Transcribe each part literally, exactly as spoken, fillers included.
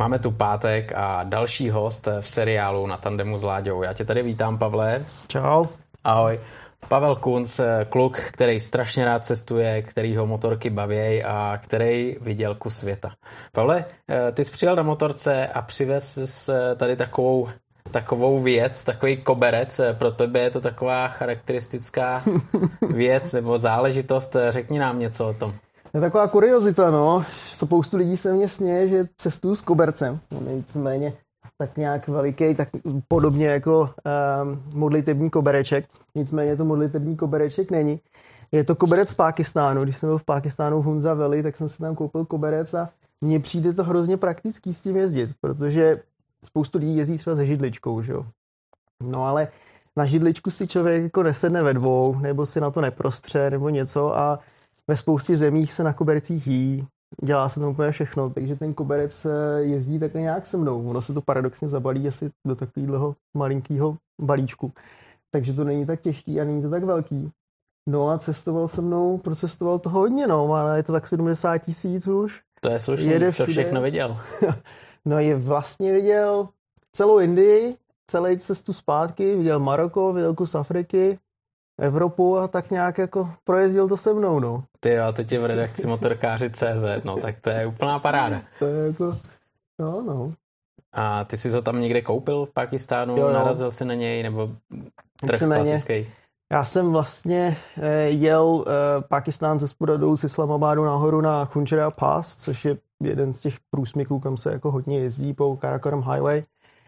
Máme tu pátek a další host v seriálu Na tandemu s Láďou. Já tě tady vítám, Pavle. Čau. Ahoj. Pavel Kunc, kluk, který strašně rád cestuje, kterýho motorky baví a který viděl kus světa. Pavle, ty jsi přijel na motorce a přivez tady takovou, takovou věc, takový koberec. Pro tebe je to taková charakteristická věc nebo záležitost. Řekni nám něco o tom. Je taková kuriozita, no. Spoustu lidí se mě směje, že cestuju s kobercem. On je víceméně tak nějak veliký, tak podobně jako um, modlitební kobereček. Nicméně to modlitební kobereček není. Je to koberec z Pákistánu. Když jsem byl v Pákistánu v Hunza Valley, tak jsem si tam koupil koberec a mně přijde to hrozně praktický s tím jezdit, protože spoustu lidí jezdí třeba se židličkou, že jo. No ale na židličku si člověk jako nesedne ve dvou, nebo si na to neprostře, nebo něco a ve spoustě zemích se na kobercích jí, dělá se tam úplně všechno, takže ten koberec jezdí takhle nějak se mnou. Ono se to paradoxně zabalí asi do takového malinkého balíčku, takže to není tak těžký a není to tak velký. No a cestoval se mnou, procestoval to hodně, no, a je to tak sedmdesát tisíc už. To je slušný, co všechno viděl. No je vlastně viděl celou Indii, celý cestu zpátky, viděl Maroko, viděl kus Afriky, Evropu a tak nějak jako projezdil to se mnou, no. Ty jo, teď je v redakci motorkáři tečka cé zet, no tak to je úplná paráda. To je jako, no, no. A ty jsi ho tam někde koupil v Pákistánu, jo, jo. Narazil jsi na něj, nebo trh klasický? Já jsem vlastně eh, jel eh, Pákistán ze spoda dolů z Islamabadu nahoru na Khuncherab Pass, což je jeden z těch průsmyků, kam se jako hodně jezdí po Karakoram Highway.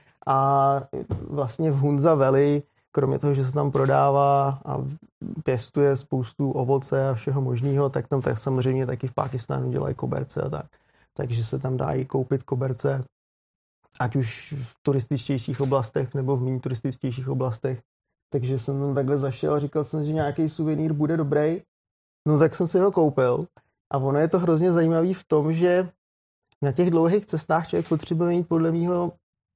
A vlastně v Hunza Valley, kromě toho, že se tam prodává a pěstuje spoustu ovoce a všeho možného, tak tam tak samozřejmě taky v Pákistánu dělají koberce a tak. Takže se tam dají koupit koberce, ať už v turističtějších oblastech nebo v méně turističtějších oblastech. Takže jsem tam takhle zašel a říkal jsem, že nějaký suvenýr bude dobrý. No tak jsem si ho koupil. A ono je to hrozně zajímavý v tom, že na těch dlouhých cestách člověk potřebuje mít podle mýho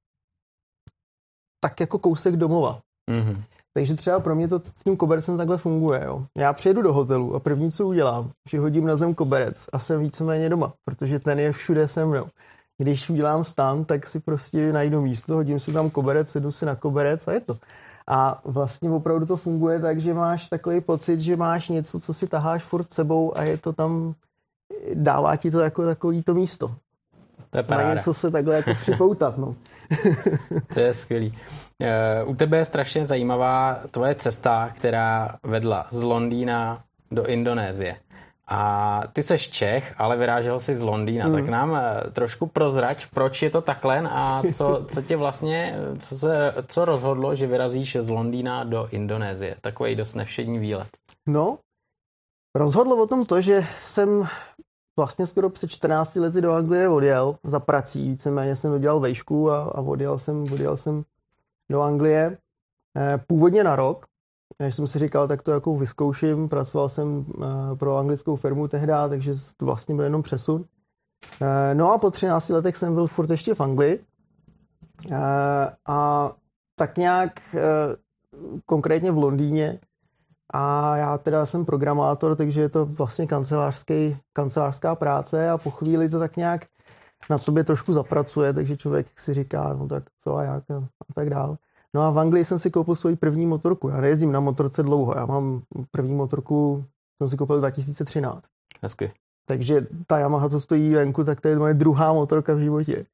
tak jako kousek domova. Mm-hmm. Takže třeba pro mě to s tím kobercem takhle funguje. Jo. Já přijedu do hotelu a první, co udělám, že hodím na zem koberec a jsem víceméně doma, protože ten je všude se mnou. Když udělám stan, tak si prostě najdu místo, hodím si tam koberec, sedu si na koberec a je to. A vlastně opravdu to funguje tak, že máš takový pocit, že máš něco, co si taháš furt sebou a je to tam, dává ti to jako takový to místo. To je paráda. Na něco se takhle jako připoutat, no. To je skvělý. U tebe je strašně zajímavá tvoje cesta, která vedla z Londýna do Indonésie. A ty seš Čech, ale vyrážel jsi z Londýna, mm. tak nám trošku prozrať, proč je to takhle a co, co tě vlastně, co, se, co rozhodlo, že vyrazíš z Londýna do Indonésie. Takový dost nevšední výlet. No, rozhodlo o tom to, že jsem vlastně skoro před čtrnácti lety do Anglie odjel za prací, víceméně jsem dodělal vejšku a, a odjel, jsem, odjel jsem do Anglie původně na rok. Když jsem si říkal, tak to jako vyzkouším, pracoval jsem pro anglickou firmu tehdy, takže to vlastně byl jenom přesun. No a po třinácti letech jsem byl furt ještě v Anglii a tak nějak konkrétně v Londýně a já teda jsem programátor, takže je to vlastně kancelářský, kancelářská práce a po chvíli to tak nějak na sobě trošku zapracuje, takže člověk si říká, no tak co a jak a, a tak dál. No a v Anglii jsem si koupil svoji první motorku. Já nejezdím na motorce dlouho. Já mám první motorku, jsem si koupil dva tisíce třináct. Hezky. Takže ta Yamaha, co stojí venku, tak to je moje druhá motorka v životě.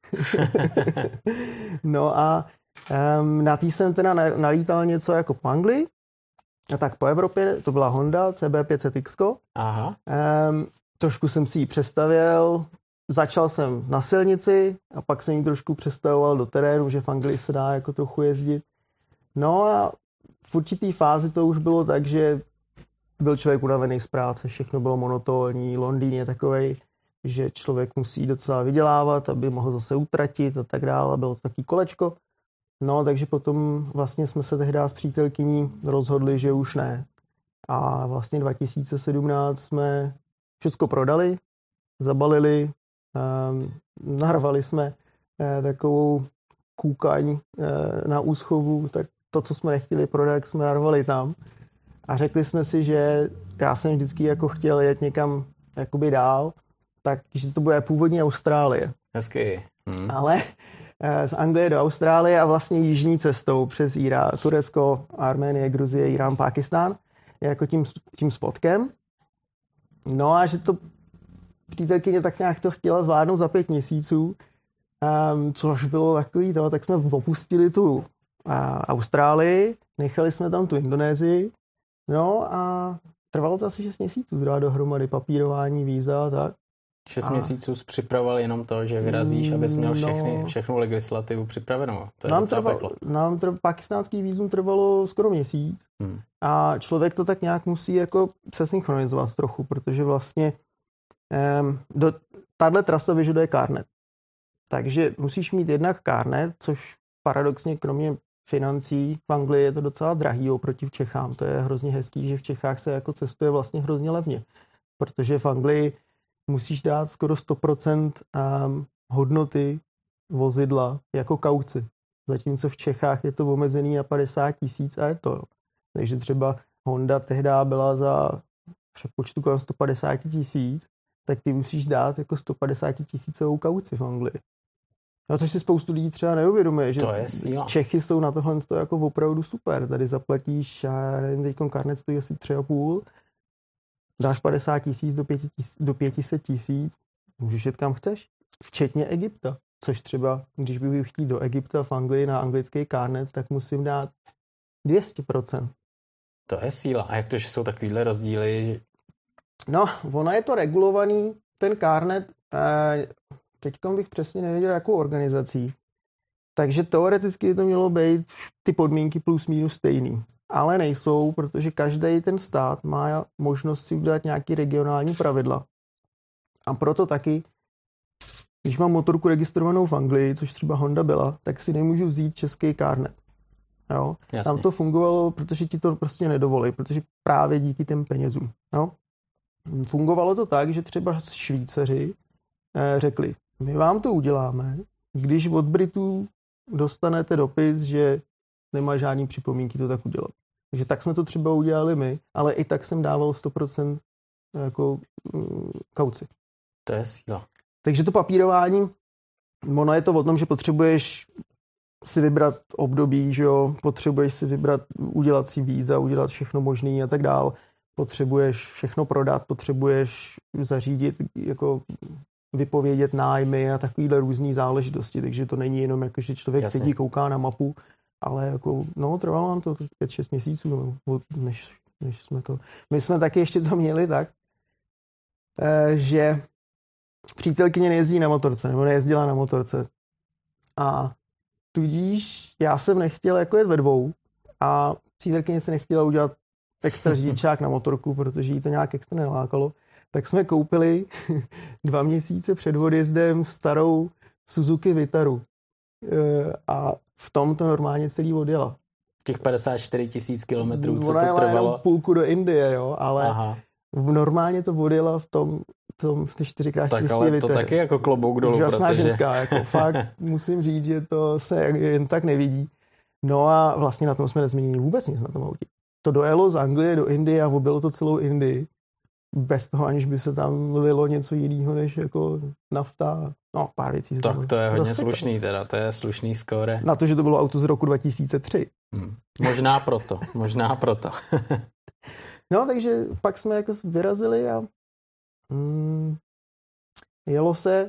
No a um, na tý jsem teda nalítal něco jako po Anglii. A tak po Evropě, to byla Honda C B pět set X. Aha. Um, trošku jsem si ji přestavěl. Začal jsem na silnici a pak jsem ji trošku přestavoval do terénu, že v Anglii se dá jako trochu jezdit. No a v určitý fázi to už bylo tak, že byl člověk unavený z práce, všechno bylo monotónní, Londýn je takovej, že člověk musí docela vydělávat, aby mohl zase utratit a tak dále, bylo to takový kolečko. No takže potom vlastně jsme se tehdy s přítelkyní rozhodli, že už ne. A vlastně dva tisíce sedmnáct jsme všechno prodali, zabalili, Um, narvali jsme eh, takovou kůkaň eh, na úschovu, tak to, co jsme nechtěli prodat, jsme narvali tam a řekli jsme si, že já jsem vždycky jako chtěl jet někam jakoby dál, takže to bude původní Austrálie. Hezky. Hmm. Ale z Anglie do Austrálie a vlastně jižní cestou přes Irán, Turecko, Arménie, Gruzie, Irán, Pákistán, jako tím, tím spotkem. No a že to přítelkyně tak nějak to chtěla zvládnout za pět měsíců, um, což bylo takový to, tak jsme opustili tu uh, Austrálii, nechali jsme tam tu Indonésii, no a trvalo to asi šest měsíců, zhruba dohromady papírování, víza a tak. Šest a... měsíců jsi připravoval jenom to, že vyrazíš, abys měl všechny, no, všechnu legislativu připravenou. To je nám trvalo, nám trv, pakistánský vízum trvalo skoro měsíc hmm. a člověk to tak nějak musí jako se synchronizovat trochu, protože vlastně um, do, tahle trasa vyžaduje CARNET. Takže musíš mít jednak CARNET, což paradoxně kromě financí v Anglii je to docela drahý oproti v Čechám. To je hrozně hezký, že v Čechách se jako cestuje vlastně hrozně levně, protože v Anglii musíš dát skoro sto procent um, hodnoty vozidla jako kauci. Zatímco v Čechách je to omezený na padesát tisíc a je to. Jo. Takže třeba Honda tehdy byla za přepočtu kolem sto padesát tisíc, tak ty musíš dát jako sto padesát tisícovou kauci v Anglii. No, což si spoustu lidí třeba neuvědomuje, že Čechy jsou na tohle jako opravdu super. Tady zaplatíš, já nevím, teďkon CARNET stojí asi tři a půl, dáš padesát tisíc do, do pět set tisíc, můžeš jet kam chceš, včetně Egypta. Což třeba, když bych chtěl do Egypta v Anglii na anglický CARNET, tak musím dát dvě stě procent. To je síla. A jak to, že jsou takovýhle rozdíly? Že... No, ono je to regulovaný, ten CARNET, eh, teďkom bych přesně nevěděl, jakou organizací. Takže teoreticky to mělo být ty podmínky plus minus stejný. Ale nejsou, protože každý ten stát má možnost si udělat nějaký regionální pravidla. A proto taky, když mám motorku registrovanou v Anglii, což třeba Honda byla, tak si nemůžu vzít český CARNET. Jo? Tam to fungovalo, protože ti to prostě nedovolí, protože právě díky těm penězům. Jo? Fungovalo to tak, že třeba Švýcaři eh, řekli, my vám to uděláme, když od Britů dostanete dopis, že nemá žádný připomínky to tak udělat. Takže tak jsme to třeba udělali my, ale i tak jsem dával sto procent jako kauci. To je síla. Takže to papírování, ono je to o tom, že potřebuješ si vybrat období, že jo, potřebuješ si vybrat, udělat si víza, udělat všechno možné a tak dál. Potřebuješ všechno prodat, potřebuješ zařídit, jako vypovědět nájmy a takovýhle různý záležitosti, takže to není jenom jako, že člověk Jasně. sedí, kouká na mapu, ale jako, no, trvalo nám to pět šest měsíců, no, než, než jsme to... My jsme taky ještě to měli tak, že přítelkyně nejezdí na motorce, nebo nejezdila na motorce. A tudíž já jsem nechtěl jako jet ve dvou a přítelkyně se nechtěla udělat extra řidičák na motorku, protože jí to nějak extra nelákalo. Tak jsme koupili dva měsíce před odjezdem starou Suzuki Vitaru. A v tom to normálně celý odjela. Těch padesát čtyři tisíc kilometrů, co Ona to trvalo? Ona půlku do Indie, jo, ale Aha. normálně to odjela v tom, tom v ty čtyři krát čtyři Tak ale Vitaru. to taky jako klobouk dolů, Úžasná protože... ženská, jako fakt musím říct, že to se jen tak nevidí. No a vlastně na tom jsme nezměnili vůbec nic na tom autě. To dojelo z Anglie do Indie a objelo to celou Indii. Bez toho, aniž by se tam lilo něco jiného, než jako nafta. No, pár věcí. Tak to je hodně rozsekal. Slušný teda, to je slušný skóre. Na to, že to bylo auto z roku dva tisíce tři. Hmm. Možná proto, možná proto. No, takže pak jsme jako vyrazili a mm, jelo se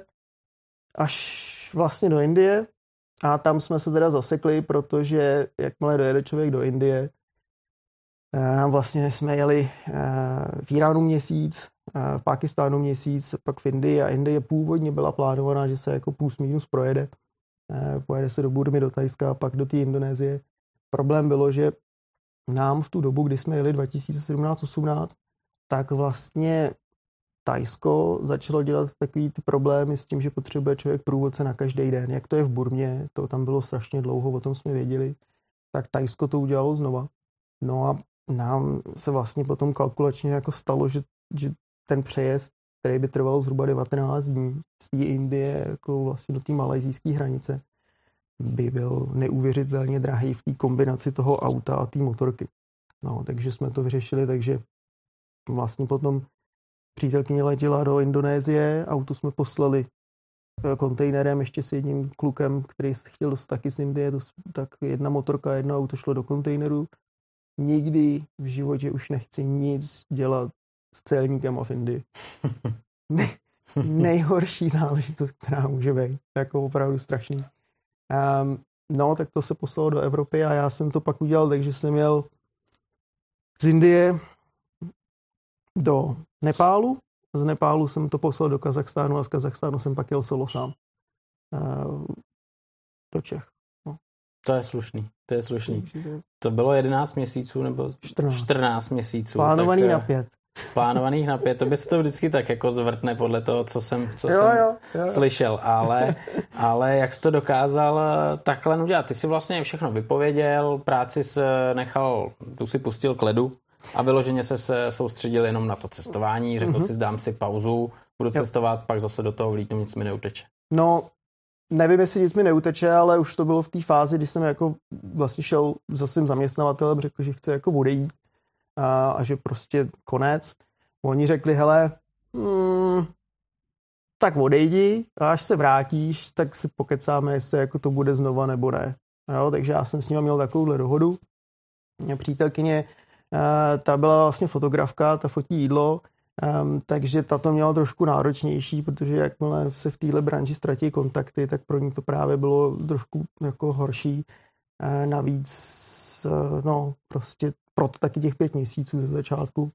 až vlastně do Indie a tam jsme se teda zasekli, protože jakmile dojede člověk do Indie, nám vlastně jsme jeli v Iránu měsíc, v Pákistánu měsíc, pak v Indii a Indie původně byla plánovaná, že se jako plus minus projede. Pojede se do Burmy, do Thajska a pak do té Indonésie. Problém bylo, že nám v tu dobu, kdy jsme jeli dva tisíce sedmnáct osmnáct, tak vlastně Thajsko začalo dělat takový ty problémy s tím, že potřebuje člověk průvodce na každý den. Jak to je v Burmě, to tam bylo strašně dlouho, o tom jsme věděli, tak Thajsko to udělalo znova. No a nám se vlastně potom kalkulačně jako stalo, že, že ten přejezd, který by trval zhruba devatenáct dní z té Indie jako vlastně do té malajzijské hranice, by byl neuvěřitelně drahý v té kombinaci toho auta a té motorky. No, takže jsme to vyřešili, takže vlastně potom přítelkyně letěla do Indonésie, auto jsme poslali kontejnerem ještě s jedním klukem, který chtěl dostat taky z Indie, to, tak jedna motorka, jedno auto šlo do kontejneru. Nikdy v životě už nechci nic dělat s celníkem v Indii. Ne, nejhorší záležitost, která může být. Jako opravdu strašný. Um, no, tak to se poslalo do Evropy a já jsem to pak udělal, takže jsem jel z Indie do Nepálu. Z Nepálu jsem to poslal do Kazachstánu a z Kazachstánu jsem pak jel solo sám. Uh, do Čech. No. To je slušný, to je slušný. To bylo jedenáct měsíců nebo čtrnáct, čtrnáct měsíců. Plánovaný tak, na pět. Plánovaných na pět, to by se to vždycky tak jako zvrtne podle toho, co jsem, co jo, jsem jo, jo. slyšel, ale, ale jak jsi to dokázal takhle udělat? Ty si vlastně všechno vypověděl, práci jsi nechal, tu si pustil k ledu a vyloženě se, se soustředil jenom na to cestování, řekl mm-hmm. si, dám si pauzu, budu jo. cestovat, pak zase do toho vlítnu, nic mi neuteče. No, nevím, jestli nic mi neuteče, ale už to bylo v té fázi, kdy jsem jako vlastně šel za svým zaměstnavatelem, řekl, že chce jako odejít a, a že prostě konec. Oni řekli, hele, hmm, tak odejdi a až se vrátíš, tak si pokecáme, jestli jako to bude znova nebo ne. Jo, takže já jsem s ním měl takovouhle dohodu. Mě přítelkyně, ta byla vlastně fotografka, ta fotí jídlo, Um, takže ta to měla trošku náročnější, protože jakmile se v téhle branži ztratí kontakty, tak pro ní to právě bylo trošku jako horší. Uh, navíc, uh, no, prostě proto taky těch pět měsíců ze začátku.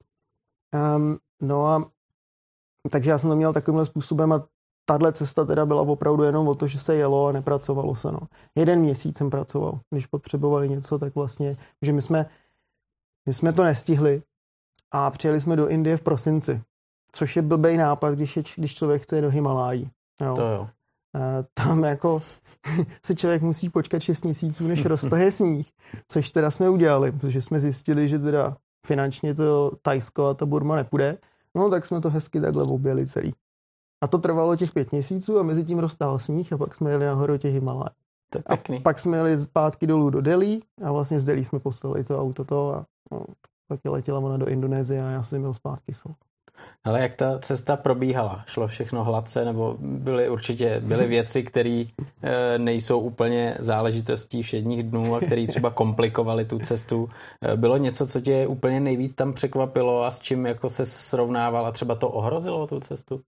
Um, no a takže já jsem to měl takovýmhle způsobem a tahle cesta teda byla opravdu jenom o to, že se jelo a nepracovalo se. No. Jeden měsíc jsem pracoval. Když potřebovali něco, tak vlastně, že my jsme, my jsme to nestihli. A přijeli jsme do Indie v prosinci, což je blbej nápad, když, je, když člověk chce do Himalájí. Jo. To jo. E, tam jako si člověk musí počkat šest měsíců, než roztaje sníh, což teda jsme udělali, protože jsme zjistili, že teda finančně to Thajsko a ta Burma nepůjde, no tak jsme to hezky takhle objeli celý. A to trvalo těch pět měsíců a mezi tím roztál sníh a pak jsme jeli nahoru těch Himalájí. To je pěkný. A pak jsme jeli zpátky dolů do Delhi a vlastně z Delhi jsme poslali to auto to a no, pak letěla ona do Indonésie a já jsem měl zpátky sol. Ale jak ta cesta probíhala? Šlo všechno hladce, nebo byly určitě byly věci, které e, nejsou úplně záležitostí všedních dnů a které třeba komplikovaly tu cestu? E, bylo něco, co tě úplně nejvíc tam překvapilo a s čím jako se srovnával a třeba to ohrozilo tu cestu?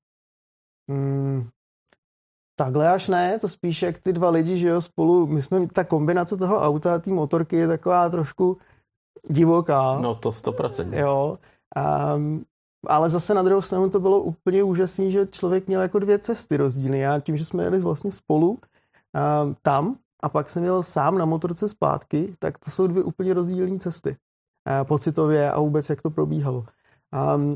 Hmm, takhle až ne, to spíš jak ty dva lidi, že jo, spolu, my jsme, ta kombinace toho auta a té motorky je taková trošku divoká. No to sto procent. Jo. Um, ale zase na druhou stranu to bylo úplně úžasný, že člověk měl jako dvě cesty rozdílné. Já tím, že jsme jeli vlastně spolu um, tam a pak jsem jel sám na motorce zpátky, tak to jsou dvě úplně rozdílné cesty. Uh, pocitově a vůbec jak to probíhalo. Um,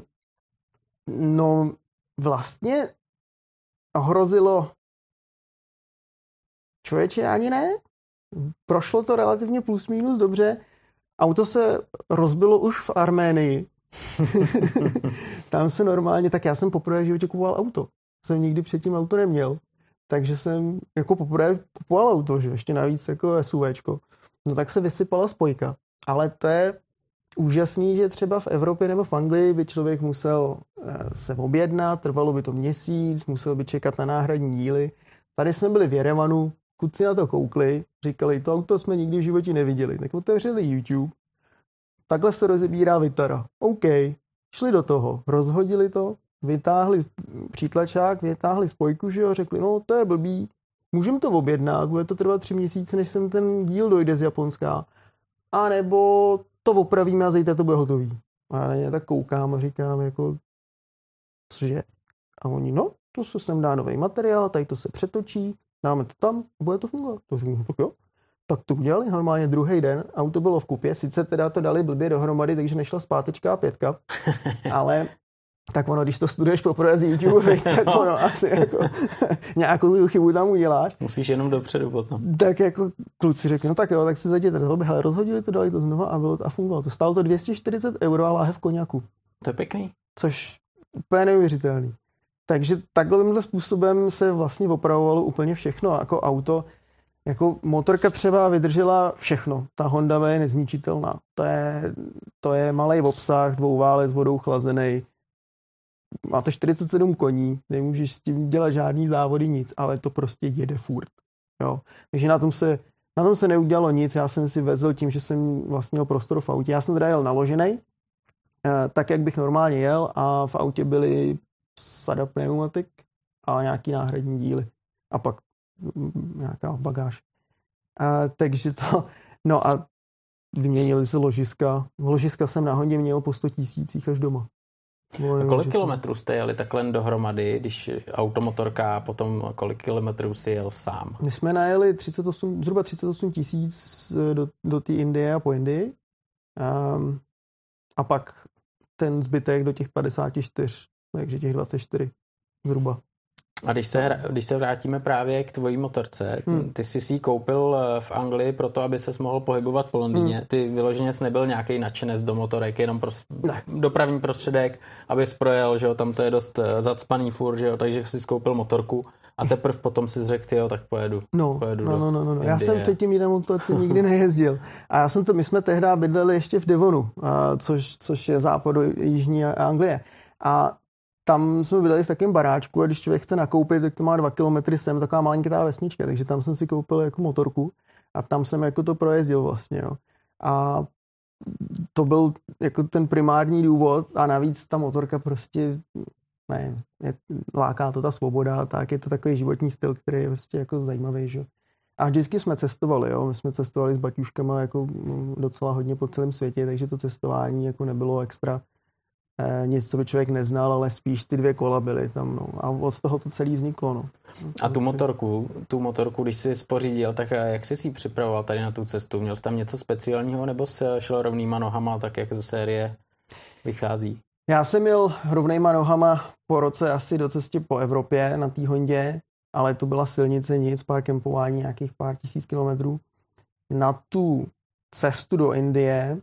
no vlastně hrozilo člověče ani ne. Prošlo to relativně plus minus dobře. Auto se rozbilo už v Arménii. Tam se normálně, tak já jsem poprvé v životě kupoval auto. Jsem nikdy předtím auto neměl. Takže jsem jako poprvé kupoval auto, že ještě navíc jako SUVčko. No tak se vysypala spojka. Ale to je úžasný, že třeba v Evropě nebo v Anglii by člověk musel se objednat, trvalo by to měsíc, musel by čekat na náhradní díly. Tady jsme byli v Jerevanu, kluci na to koukli, říkali, to auto jsme nikdy v životě neviděli. Tak otevřeli YouTube, takhle se rozebírá Vitara. OK, šli do toho, rozhodili to, vytáhli přítlačák, vytáhli spojku, že jo, řekli, no to je blbý, můžeme to objednat, bude to trvat tři měsíce, než sem ten díl dojde z Japonska, a nebo to opravíme a zítra to bude hotový. A já na ně tak koukám a říkám, jako, cože? A oni, no, to se sem dá nový materiál, tady to se přetočí, dáme to tam, bude to fungovat. To říkám, tak jo. Tak to udělali normálně druhý den, auto bylo v kupě, sice teda to dali blbě dohromady, takže nešla zpátečka a pětka, ale tak ono, když to studuješ poprvé z YouTube, tak ono asi jako nějakou chybu tam uděláš. Musíš jenom dopředu potom. Tak jako kluci řekli, no tak jo, tak si zaděte tohle, hele, rozhodili to, dali to znova a bylo to a fungovalo. To stálo to dvě stě čtyřicet euro a láhev koněku. To je pěkný. Což úplně neuvěřitelný. Takže takhle způsobem se vlastně opravovalo úplně všechno, jako auto. Jako motorka třeba vydržela všechno. Ta Honda je nezničitelná. To je, to je malej obsah, dvouválec s vodou chlazený. máte čtyřicet sedm koní, nemůžeš s tím dělat žádný závody, nic, ale to prostě jede furt. Jo. Takže na tom se Na tom se neudělalo nic, já jsem si vezl tím, že jsem vlastně měl prostor v autě. Já jsem teda jel naložený, tak jak bych normálně jel a v autě byly sada pneumatik a nějaký náhradní díly. A pak nějaká bagáž. A, takže to, no a vyměnili se ložiska. Ložiska jsem na Hondě měl po sto tisících až doma. A kolik kilometrů jste jeli takhle dohromady, když automotorka, a potom kolik kilometrů si jel sám? My jsme najeli třicet osm, zhruba třicet osm tisíc do, do té Indie a po Indii. Um, a pak ten zbytek do těch padesát čtyři, takže těch dvacet čtyři zhruba. A když se, když se vrátíme právě k tvojí motorce, hmm. ty jsi si ji koupil v Anglii proto, aby ses mohl pohybovat po Londýně. Hmm. Ty vyloženě jsi nebyl nějaký nadšenec do motorek, jenom pros, dopravní prostředek, abys projel, že jo, tam to je dost zacpaný furt, že jo, takže jsi koupil motorku a teprve potom si řekl, jo, tak pojedu. No, pojedu no, no, no, no. Já jsem předtím jiné motorce nikdy nejezdil. A já jsem to, my jsme tehdy bydleli ještě v Devonu, což, což je západu jižní Anglie. A tam jsme bydleli v takovém baráčku a když člověk chce nakoupit, tak to má dva kilometry sem, taková malinkatá vesnička, takže tam jsem si koupil jako motorku a tam jsem jako to projezdil vlastně, jo. A to byl jako ten primární důvod a navíc ta motorka prostě, ne, je, láká to ta svoboda, tak je to takový životní styl, který je prostě jako zajímavý, že jo. A vždycky jsme cestovali, jo, my jsme cestovali s baťuškama jako docela hodně po celém světě, takže to cestování jako nebylo extra nic, co by člověk neznal, ale spíš ty dvě kola byly tam, no. A od toho to celý vzniklo, no. A tu motorku, tu motorku, když jsi spořídil, tak jak jsi si ji připravoval tady na tu cestu? Měl jsi tam něco speciálního, nebo jsi šel rovnýma nohama, tak jak ze série vychází? Já jsem jel rovnýma nohama po roce asi do cesty po Evropě na té Hondě, ale to byla silnice nic, pár kempování, nějakých pár tisíc kilometrů. Na tu cestu do Indie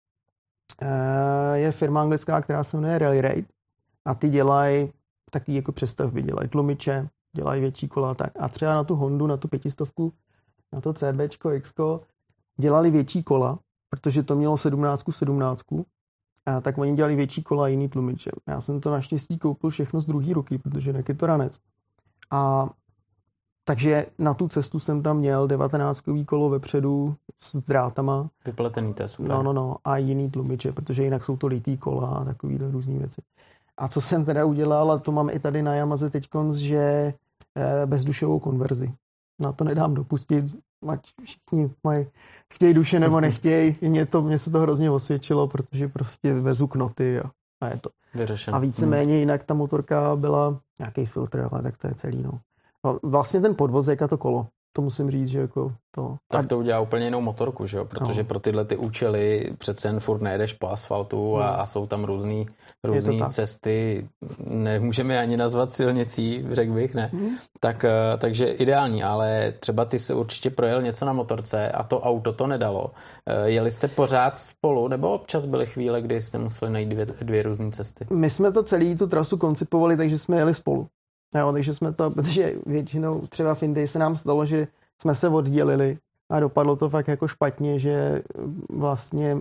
je firma anglická, která se jmenuje Rally Raid a ty dělají taky jako přestavby, dělají tlumiče, dělají větší kola tak. A třeba na tu Hondu, na tu pětistovku, na to CBčko, Xko, dělali větší kola, protože to mělo sedmnáct sedmnáct, a tak oni dělali větší kola a jiný tlumiče. Já jsem to naštěstí koupil všechno z druhé ruky, protože jak je to ranec. A takže na tu cestu jsem tam měl devatenáctkový kolo vepředu s drátama. Vypletený, to je super. No, no, no. A jiný tlumiče, protože jinak jsou to litý kola a takovýhle různý věci. A co jsem teda udělal, a to mám i tady na Yamaze teďkonc, že bezdušovou konverzi. Na to nedám dopustit, ať všichni mají, chtějí duše nebo nechtějí. Mně, to, mně se to hrozně osvědčilo, protože prostě vezu knoty a, a je to. Vyřešen. A víceméně jinak ta motorka byla nějaký filtr, ale tak to je celý, no. Vlastně ten podvozek a to kolo, to musím říct, že jako to... Tak to udělá úplně jinou motorku, že jo? Protože no. pro tyhle ty účely přece jen furt nejedeš po asfaltu a, no. a jsou tam různý, různý cesty, nemůžeme ani nazvat silnicí, řekl bych, ne? Mm. Tak, takže ideální, ale třeba ty se určitě projel něco na motorce a to auto to nedalo. Jeli jste pořád spolu, nebo občas byly chvíle, kdy jste museli najít dvě, dvě různé cesty? My jsme to celý tu trasu koncipovali, takže jsme jeli spolu. Jo, takže jsme to, protože většinou třeba v Indii se nám stalo, že jsme se oddělili a dopadlo to fakt jako špatně, že vlastně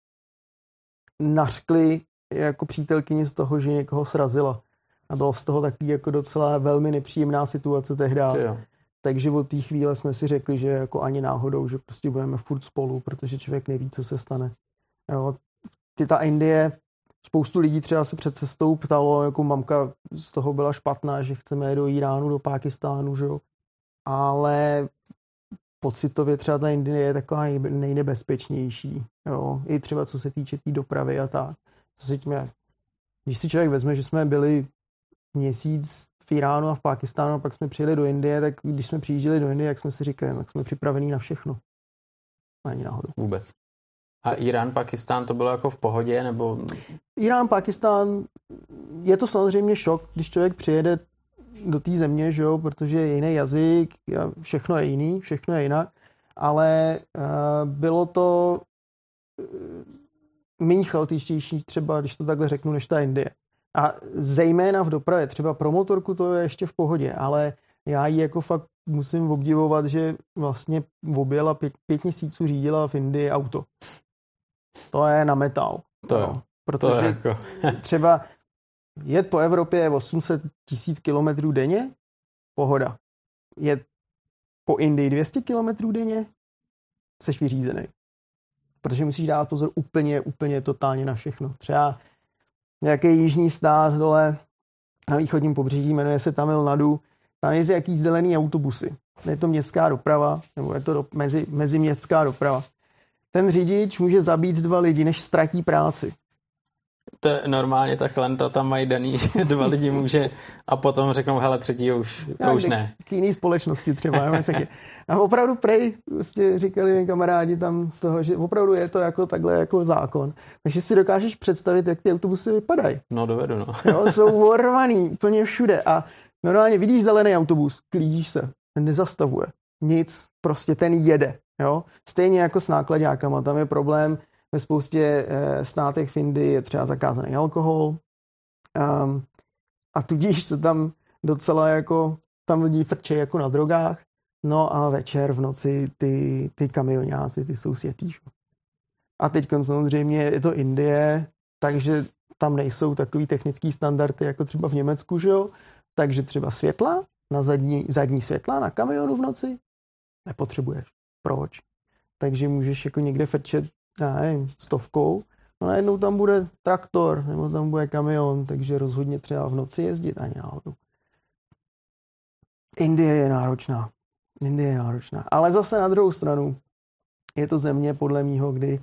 nařkli jako přítelkyni z toho, že někoho srazila. A bylo z toho takový jako docela velmi nepříjemná situace tehdy. Takže od té chvíle jsme si řekli, že jako ani náhodou, že prostě budeme furt spolu, protože člověk neví, co se stane. Jo, ty ta Indie, spoustu lidí třeba se před cestou ptalo, jako mamka z toho byla špatná, že chceme do Iránu, do Pákistánu, že jo. Ale pocitově třeba ta Indie je taková nejnebezpečnější, jo. I třeba co se týče té tý dopravy a tak. Co si tím, když si člověk vezme, že jsme byli měsíc v Iránu a v Pákistánu a pak jsme přijeli do Indie, tak když jsme přijížděli do Indie, jak jsme si říkali, tak jsme připravení na všechno. Ani náhodou. Vůbec. A Irán, Pakistán, to bylo jako v pohodě, nebo? Irán, Pakistán, je to samozřejmě šok, když člověk přijede do té země, že jo, protože je jiný jazyk, všechno je jiný, všechno je jinak, ale uh, bylo to uh, méně chaotičtější třeba, když to takhle řeknu, než ta Indie. A zejména v dopravě, třeba pro motorku to je ještě v pohodě, ale já ji jako fakt musím obdivovat, že vlastně objela pět, pět měsíců řídila v Indii auto. To je na metal. To jo. Protože to je jako... třeba Jet po Evropě je osm set tisíc kilometrů denně, pohoda. Jet po Indii dvě stě kilometrů denně, seš vyřízený. Protože musíš dát pozor úplně, úplně totálně na všechno. Třeba nějaký jižní stát dole na východním pobřeží, jmenuje se Tamil Nadu, tam jezdí jaký zelený autobusy. Je to městská doprava, nebo je to do, mezi, meziměstská doprava. Ten řidič může zabít dva lidi, než ztratí práci. To je normálně takhle, to tam mají daný, že dva lidi může a potom řeknou, hele, třetí už, to tak, už ne. K jiný společnosti třeba. A opravdu prej, prostě říkali mi kamarádi tam z toho, že opravdu je to jako takhle jako zákon. Takže si dokážeš představit, jak ty autobusy vypadají. No dovedu, no. Jo, jsou vorvaný úplně všude a normálně vidíš zelený autobus, klídíš se, nezastavuje. Nic, prostě ten jede. Jo? Stejně jako s nákladákama, tam je problém. Ve spoustě e, státech v Indii je třeba zakázaný alkohol um, a tudíž se tam docela jako, tam lidi frčejí jako na drogách, no a večer v noci ty, ty kamionáci, ty jsou sjetý. A teď samozřejmě je to Indie, takže tam nejsou takový technický standardy jako třeba v Německu, že jo? Takže třeba světla, na zadní, zadní světla na kamionu v noci nepotřebuješ. Proč? Takže můžeš jako někde frčet, já nevím, stovkou, no najednou tam bude traktor, nebo tam bude kamion, takže rozhodně třeba v noci jezdit ani náhodou. Indie je náročná. Indie je náročná. Ale zase na druhou stranu je to země, podle mýho, kdy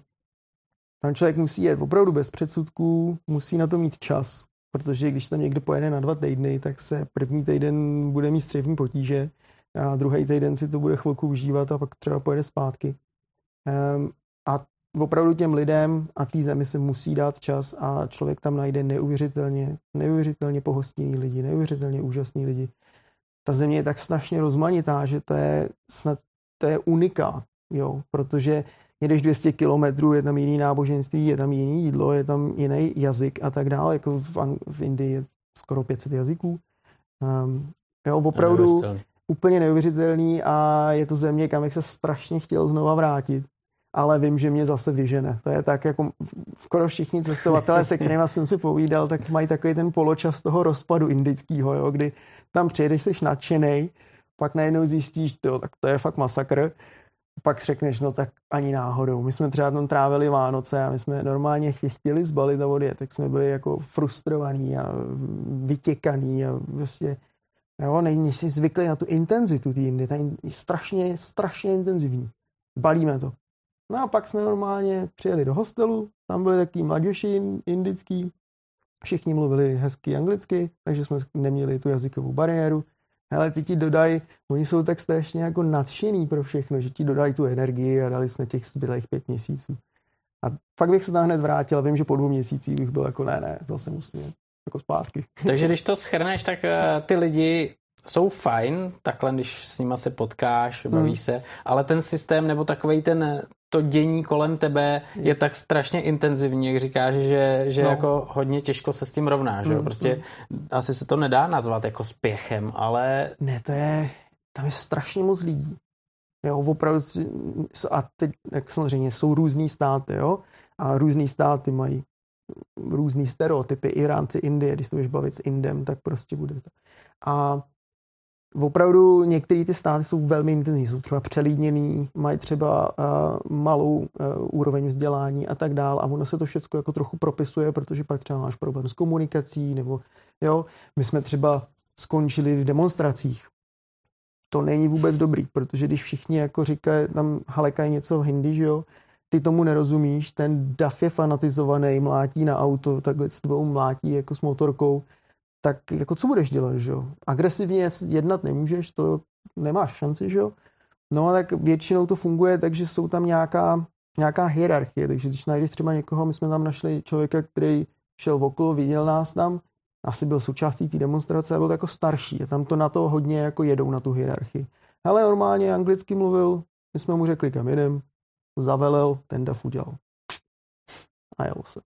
tam člověk musí jet opravdu bez předsudků, musí na to mít čas, protože když tam někdo pojede na dva týdny, tak se první týden bude mít střevní potíže a druhý týden si to bude chvilku užívat a pak třeba pojede zpátky. Um, a opravdu těm lidem a té zemi se musí dát čas a člověk tam najde neuvěřitelně, neuvěřitelně pohostinný lidi, neuvěřitelně úžasný lidi. Ta země je tak strašně rozmanitá, že to je snad, to je unikát, jo, protože jedeš dvě stě kilometrů, je tam jiný náboženství, je tam jiný jídlo, je tam jiný jazyk a tak dále, jako v, Ang- v Indii je skoro pět set jazyků. Um, jo, opravdu úplně neuvěřitelný a je to země, kam bych se strašně chtěl znova vrátit. Ale vím, že mě zase vyžene. To je tak, jako skoro všichni cestovatelé, se kterými jsem si povídal, tak mají takový ten poločas toho rozpadu indického, jo, kdy tam přijedeš, jsi nadšenej, pak najednou zjistíš, to, tak to je fakt masakr, pak řekneš, no tak ani náhodou. My jsme třeba tam trávili Vánoce a my jsme normálně chtěli zbalit a odjet, tak jsme byli jako frustrovaní a vytěkaný a vlastně, jo, nejsi zvyklý na tu intenzitu té Indie, ta je strašně, strašně intenzivní. Balíme to. No a pak jsme normálně přijeli do hostelu, tam byli takový mladěši indický, všichni mluvili hezky anglicky, takže jsme neměli tu jazykovou bariéru. Hele, ty ti dodají, oni jsou tak strašně jako nadšený pro všechno, že ti dodají tu energii a dali jsme těch zbylých pět měsíců. A pak bych se tam hned vrátil, vím, že po dvou měsících bych byl jako ne, ne, zase musím jako zpátky. Takže když to shrneš, tak ty lidi jsou fajn, takhle, když s nima se potkáš, bavíš hmm. se, ale ten systém nebo takovej ten, to dění kolem tebe je tak strašně intenzivní, jak říkáš, že, že no. jako hodně těžko se s tím rovnáš. Hmm. Prostě hmm. asi se to nedá nazvat jako spěchem, ale... Ne, to je, tam je strašně moc lidí. Jo, opravdu, a teď, jak samozřejmě, jsou různý státy, jo, a různý státy mají různý stereotypy, Iránci, Indie, když se budeš bavit s Indem, tak prostě bude to. A opravdu některé ty státy jsou velmi intenzivní, jsou třeba přelidněný, mají třeba uh, malou uh, úroveň vzdělání a tak dál a ono se to všechno jako trochu propisuje, protože pak třeba máš problém s komunikací, nebo jo, my jsme třeba skončili v demonstracích. To není vůbec dobrý, protože když všichni jako říkají, tam halekají něco v hindi, že jo, ty tomu nerozumíš, ten dav je fanatizovaný, mlátí na auto, takhle s tvou mlátí jako s motorkou, tak jako co budeš dělat, že jo? Agresivně jednat nemůžeš, to nemáš šanci, že jo? No a tak většinou to funguje, takže jsou tam nějaká, nějaká hierarchie, takže když najdeš třeba někoho, my jsme tam našli člověka, který šel okolo, viděl nás tam, asi byl součástí té demonstrace, byl to jako starší a tam to na to hodně jako jedou na tu hierarchii. Ale normálně anglicky mluvil, my jsme mu řekli, kam jedem, zavelel, ten dav udělal. A jelo se.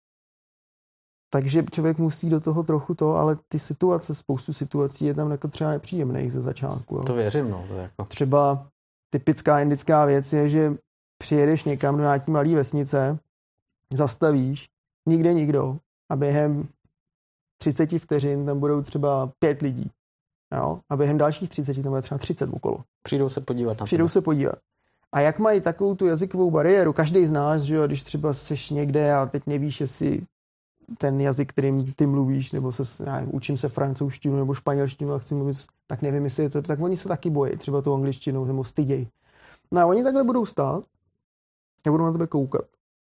Takže člověk musí do toho trochu to, ale ty situace, spoustu situací je tam jako třeba nepříjemných ze začátku. Jo. To věřím, no. To jako... Třeba typická indická věc je, že přijedeš někam do nějaký malý vesnice, zastavíš, nikde nikdo a během třicet vteřin tam budou třeba pět lidí. Jo? A během dalších třicet tam bude třeba třicet okolo. Přijdou se podívat na Přijdou tebe. se podívat. A jak mají takovou tu jazykovou bariéru, každý z nás, že jo, když třeba seš někde a teď nevíš, jestli ten jazyk, kterým ty mluvíš, nebo se, já nevím, učím se francouzštinu nebo španělštinu a chci mluvit, tak nevím, jestli je to, tak oni se taky bojí, třeba tu angličtinu, nebo stydějí. No a oni takhle budou stát a budou na tebe koukat.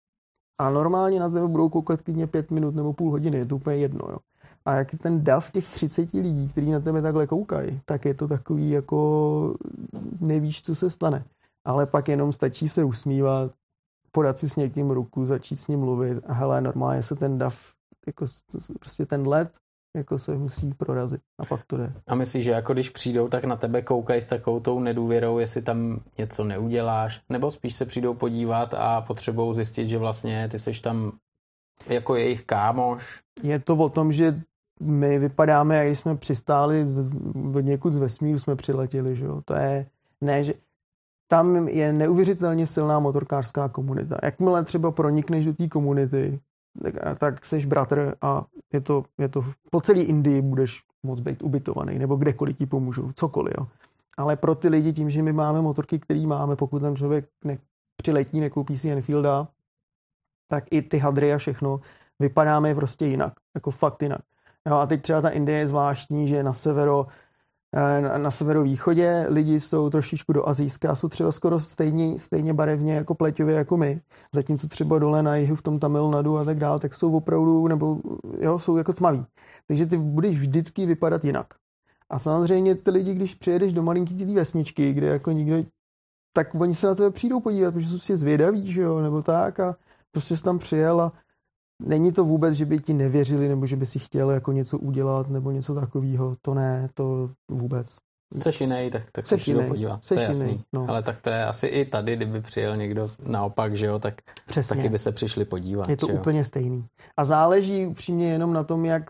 A normálně na tebe budou koukat klidně pět minut nebo půl hodiny, je to úplně jedno, jo. A jak je ten dav těch třiceti lidí, kteří na tebe takhle koukají, tak je to takový jako nevíš, co se stane. Ale pak jenom stačí se usmívat, podat si s někým ruku, začít s ním mluvit a hele, normálně se ten dav, jako prostě ten let, jako se musí prorazit a pak to jde. A myslíš, že jako když přijdou, tak na tebe koukají s takovou tou nedůvěrou, jestli tam něco neuděláš, nebo spíš se přijdou podívat a potřebují zjistit, že vlastně ty seš tam jako jejich kámoš? Je to o tom, že my vypadáme, jak když jsme přistáli z, od někud z vesmíru, jsme přiletěli, že jo. To je, ne, že tam je neuvěřitelně silná motorkářská komunita. Jakmile třeba pronikneš do té komunity, tak, tak seš bratr a je to, je to po celé Indii budeš moc být ubytovaný, nebo kdekoliv ti pomůžou, cokoliv, jo. Ale pro ty lidi tím, že my máme motorky, který máme, pokud tam člověk ne, přiletí, nekoupí si Enfielda, tak i ty hadry a všechno vypadáme prostě jinak, jako fakt jinak. Jo, a teď třeba ta Indie je zvláštní, že na severo, na, na severovýchodě lidi jsou trošičku do azijské a jsou třeba skoro stejně, stejně barevně jako pleťově jako my. Zatímco třeba dole na jihu v tom Tamil Nadu a tak dále, tak jsou opravdu, nebo jo, jsou jako tmaví. Takže ty budeš vždycky vypadat jinak. A samozřejmě ty lidi, když přijedeš do malinký té vesničky, kde jako nikdo, tak oni se na tebe přijdou podívat, protože jsou si zvědaví, že jo, nebo tak a prostě jsi tam přijel a není to vůbec, že by ti nevěřili, nebo že by si chtěl jako něco udělat, nebo něco takového. To ne, to vůbec. Seš jiný, tak, tak se přijdou podívat. Seš to je jasný. jiný, no. Ale tak to je asi i tady, kdyby přijel někdo naopak, že jo, tak přesně. Taky by se přišli podívat. Je to úplně stejný. A záleží upřímně jenom na tom, jak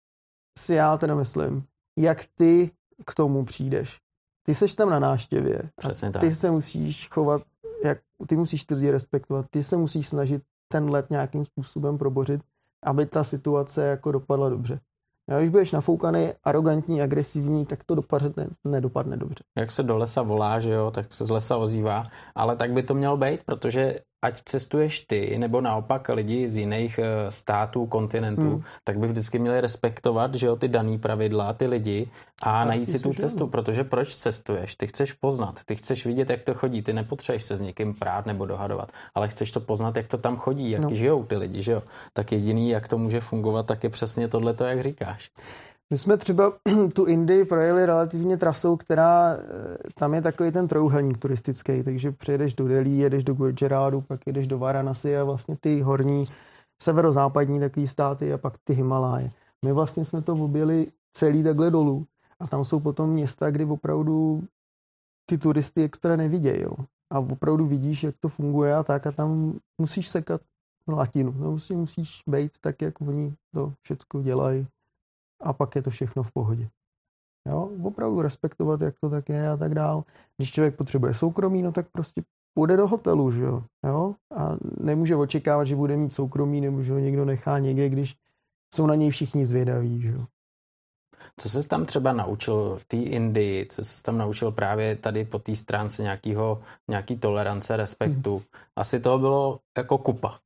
si já teda myslím, jak ty k tomu přijdeš. Ty seš tam na návštěvě. Přesně tak. Ty se musíš chovat, jak, ty musíš ty lidi respektovat, ty se musíš snažit ten let nějakým způsobem probořit, aby ta situace jako dopadla dobře. A když budeš nafoukaný, arrogantní, agresivní, tak to dopadne, nedopadne dobře. Jak se do lesa volá, že jo, tak se z lesa ozývá, ale tak by to mělo být, protože ať cestuješ ty, nebo naopak lidi z jiných států, kontinentů, hmm. tak by vždycky měli respektovat, že jo, ty daný pravidla, ty lidi a tak najít si tu cestu, ne? Protože proč cestuješ? Ty chceš poznat, ty chceš vidět, jak to chodí, ty nepotřebuješ se s někým prát nebo dohadovat, ale chceš to poznat, jak to tam chodí, jak no. žijou ty lidi, že jo. Tak jediný, jak to může fungovat, tak je přesně tohleto, jak říkáš. My jsme třeba tu Indii projeli relativně trasou, která tam je takový ten trojúhelník turistický, takže přijedeš do Delhi, jedeš do Gujarátu, pak jedeš do Varanasi a vlastně ty horní severozápadní takový státy a pak ty Himaláje. My vlastně jsme to objeli celý takhle dolů a tam jsou potom města, kdy opravdu ty turisty extra nevidějí, jo. A opravdu vidíš, jak to funguje a tak a tam musíš sekat latinu. No, musíš, musíš být tak, jak oni to všechno dělají. A pak je to všechno v pohodě. Jo? Opravdu respektovat, jak to tak je a tak dál. Když člověk potřebuje soukromí, no tak prostě půjde do hotelu, že jo? Jo? A nemůže očekávat, že bude mít soukromí, nebo že ho někdo nechá někde, když jsou na něj všichni zvědaví, že jo? Co ses tam třeba naučil v té Indii? Co ses tam naučil právě tady po té stránce nějakýho, nějaký tolerance, respektu? Hmm. Asi toho bylo jako kupa.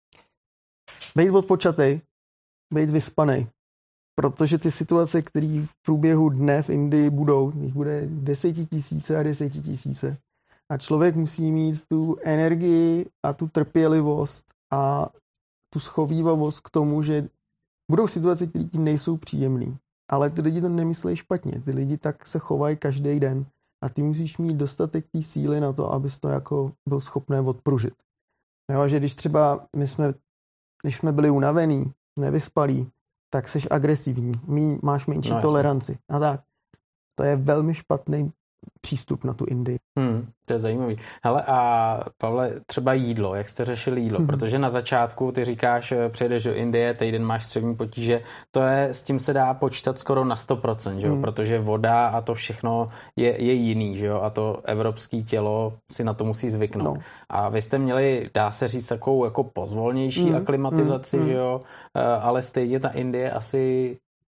Bejt odpočatej, bejt vyspanej. Protože ty situace, které v průběhu dne v Indii budou, jich bude desetitisíce a desetitisíce. A člověk musí mít tu energii a tu trpělivost a tu schovívavost k tomu, že budou situace, které ti nejsou příjemné. Ale ty lidi to nemyslejí špatně. Ty lidi tak se chovají každý den. A ty musíš mít dostatek té síly na to, abys to jako byl schopný odpružit. Jo, že když třeba my jsme, když jsme byli unavený, nevyspalí, tak seš agresivní, mí, máš menší no, toleranci. A tak. To je velmi špatný přístup na tu Indii. Hmm, to je zajímavý. Hele a Pavle, třeba jídlo, jak jste řešili jídlo? Hmm. Protože na začátku ty říkáš, přijedeš do Indie, týden máš střevní potíže, to je, s tím se dá počítat skoro na sto procent, že jo? Hmm. Protože voda a to všechno je, je jiný, že jo? A to evropské tělo si na to musí zvyknout. No. A vy jste měli, dá se říct, takovou jako pozvolnější hmm. aklimatizaci, hmm. že jo? Ale stejně ta Indie asi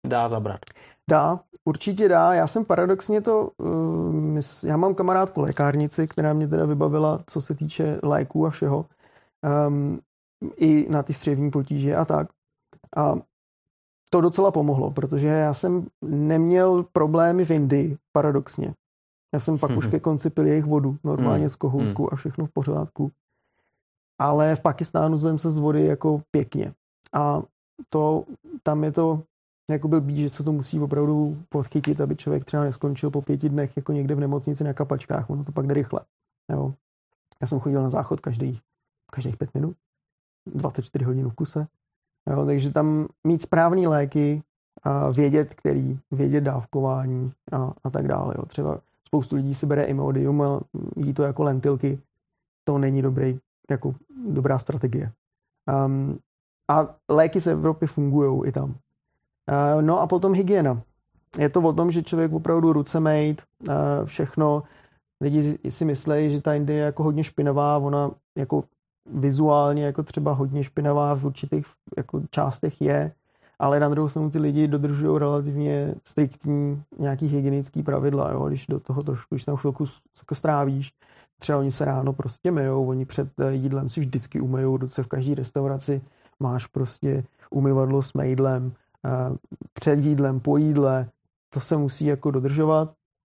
dá zabrat. Dá, určitě dá. Já jsem paradoxně to, uh, já mám kamarádku lékárnici, která mě teda vybavila, co se týče léků a všeho, um, i na ty střevní potíže a tak. A to docela pomohlo, protože já jsem neměl problémy v Indii, paradoxně. Já jsem pak už ke konci pil jejich vodu, normálně z kohoutku a všechno v pořádku. Ale v Pakistánu jsem se z vody jako pěkně. A to, tam je to jako blbý, že co to musí opravdu podchytit, aby člověk třeba neskončil po pěti dnech jako někde v nemocnici na kapačkách. Ono to pak jde rychle. Jo. Já jsem chodil na záchod každých, každých pět minut, dvacet čtyři hodin v kuse. Jo, takže tam mít správný léky a vědět, který, vědět dávkování a, a tak dále. Jo. Třeba spoustu lidí si bere Imodium a jí to jako lentilky. To není dobrý, jako dobrá strategie. Um, a léky z Evropy fungují i tam. Uh, no a potom hygiena. Je to o tom, že člověk opravdu ruce mejt, uh, všechno. Lidi si myslí, že ta Indie je jako hodně špinavá, ona jako vizuálně jako třeba hodně špinavá v určitých jako částech je, ale na druhou stranu ty lidi dodržují relativně striktní nějaký hygienický pravidla, jo? Když do toho trošku, když tam chvilku strávíš, třeba oni se ráno prostě myjou, oni před jídlem si vždycky umyjou, doce v každé restauraci máš prostě umyvadlo s mejdlem, před jídlem, po jídle, to se musí jako dodržovat.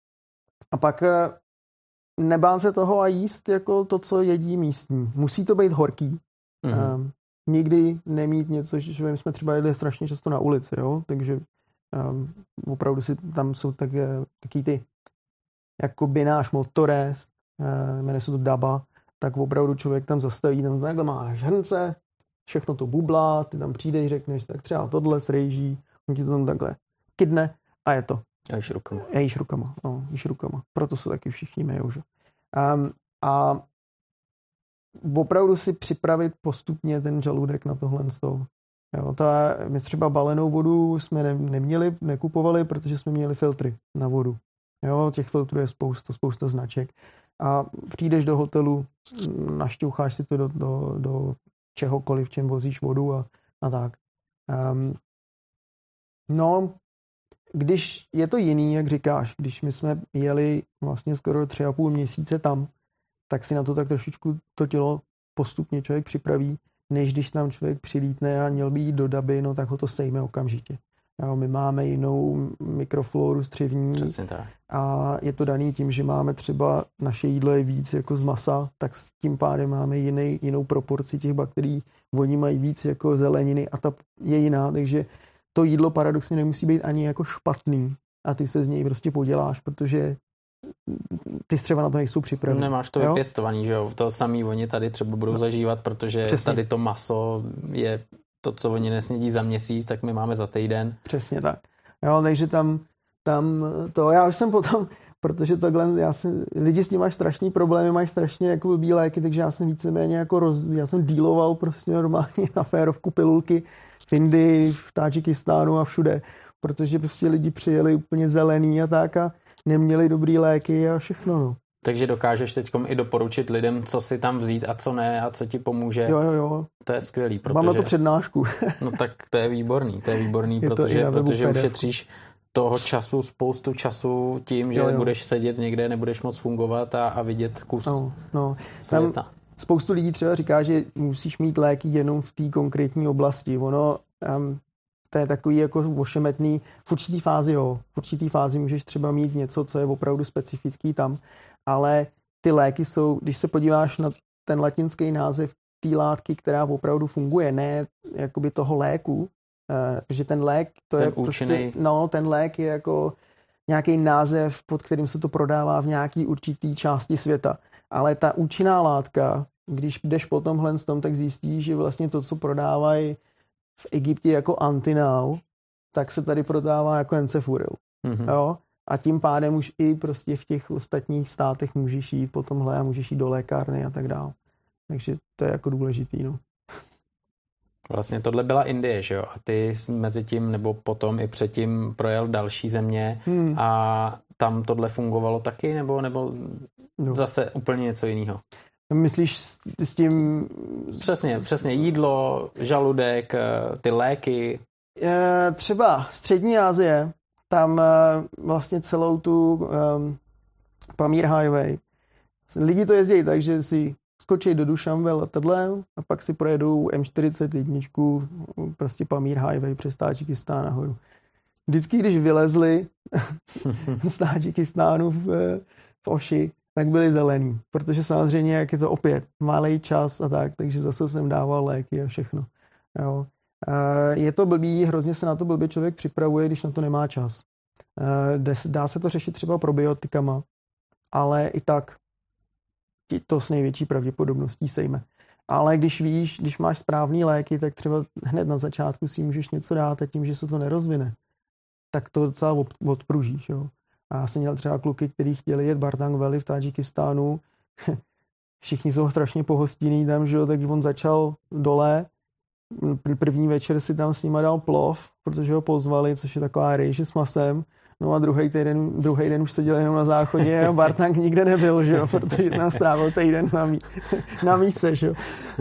A pak nebát se toho a jíst jako to, co jedí místní. Musí to být horký. Mm-hmm. Um, nikdy nemít něco, že my jsme třeba jedli strašně často na ulici, jo? Takže um, opravdu si tam jsou tak, taky ty jakoby náš motorest, uh, jmenuje se to Daba, tak opravdu člověk tam zastaví, tam takhle máš hrnce, všechno to bublá, ty tam přijdeš, řekneš, tak třeba tohle s rejží, on ti to tam takhle kydne a je to. A jíš rukama. A jíš rukama, no, jíš rukama. Proto se taky všichni myjou, že? Um, a opravdu si připravit postupně ten žaludek na tohle stůl. Jo, ta, my třeba balenou vodu jsme ne, neměli, nekupovali, protože jsme měli filtry na vodu. Jo, těch filtrů je spousta, spousta značek. A přijdeš do hotelu, našťoucháš si to do, do, do čehokoliv, v čem vozíš vodu a, a tak. Um, no, když je to jiný, jak říkáš, když my jsme jeli vlastně skoro tři a půl měsíce tam, tak si na to tak trošičku to tělo postupně člověk připraví, než když tam člověk přilítne a měl by jít do Daby, no tak ho to sejme okamžitě. Jo, my máme jinou mikrofloru střevní. Přesně tak. A je to daný tím, že máme třeba naše jídlo je víc jako z masa, tak s tím pádem máme jiný, jinou proporci těch bakterií. Oni mají víc jako zeleniny a ta je jiná, takže to jídlo paradoxně nemusí být ani jako špatný a ty se z něj prostě poděláš, protože ty třeba na to nejsou připraveni. Nemáš to vypěstovaný, že jo? To samý oni tady třeba budou no. zažívat, protože Přesně. tady to maso je to, co oni nesnědí za měsíc, tak my máme za týden. Přesně tak. Jo, takže tam, tam to, já už jsem potom, protože takhle, já jsem, lidi s tím máš strašný problémy, mají strašně jako blbý léky, takže já jsem víceméně jako roz, já jsem díloval prostě normálně na férovku pilulky v Indii, v Tádžikistánu a všude, protože prostě lidi přijeli úplně zelený a tak a neměli dobrý léky a všechno, no. Takže dokážeš teďkom i doporučit lidem, co si tam vzít a co ne a co ti pomůže. Jo, jo, jo. To je skvělý, protože... Mám na to přednášku. No tak to je výborný, to je výborný, je protože, protože ušetříš toho času, spoustu času tím, že jo, jo. budeš sedět někde, nebudeš moc fungovat a, a vidět kus no, no. světa. Tam spoustu lidí třeba říká, že musíš mít léky jenom v té konkrétní oblasti. Ono... Um, to je takový jako ošemetný. V určitý fázi, jo. V určitý fázi můžeš třeba mít něco, co je opravdu specifický tam, ale ty léky jsou, když se podíváš na ten latinský název té látky, která opravdu funguje, ne jakoby toho léku, že ten lék, to ten je účinný. Prostě, no, ten lék je jako nějaký název, pod kterým se to prodává v nějaký určitý části světa. Ale ta účinná látka, když jdeš po tomhle tom, tak zjistíš, že vlastně to, co prodávají v Egyptě jako antinál, tak se tady prodává jako encefuril. Mm-hmm. Jo? A tím pádem už i prostě v těch ostatních státech můžeš jít po tomhle a můžeš jít do lékárny a tak dále. Takže to je jako důležitý. No. Vlastně tohle byla Indie, že jo? A ty mezi tím nebo potom i předtím projel další země hmm. a tam tohle fungovalo taky nebo, nebo no. zase úplně něco jiného? Myslíš s, s tím... Přesně, přesně. Jídlo, žaludek, ty léky. Třeba střední Asie, tam vlastně celou tu um, Pamír Highway. Lidi to jezdí tak, že si skočí do Dušanbe letadlem a pak si projedou em čtyřicet jedna, prostě Pamír Highway přes Tádžikistán nahoru. Vždycky, když vylezli z Tádžikistánu v, v Oši, tak byli zelený, protože samozřejmě, jak je to opět malý čas a tak, takže zase jsem dával léky a všechno. Jo. Je to blbý, hrozně se na to blbě člověk připravuje, když na to nemá čas. Dá se to řešit třeba probiotikama, ale i tak to s největší pravděpodobností sejme. Ale když víš, když máš správný léky, tak třeba hned na začátku si můžeš něco dát a tím, že se to nerozvine, tak to docela odpružíš. Jo. A já jsem měl třeba kluky, kteří chtěli jet Bartang Valley v Tádžikistánu. Všichni jsou strašně pohostinní tam, že jo, tak on začal dole. První večer si tam s nima dal plov, protože ho pozvali, což je taková rejže s masem. No a druhý den, druhý den už seděl jenom na záchodě a Bartang nikde nebyl, že jo, protože tam strávil týden na, mí, na míse, že jo.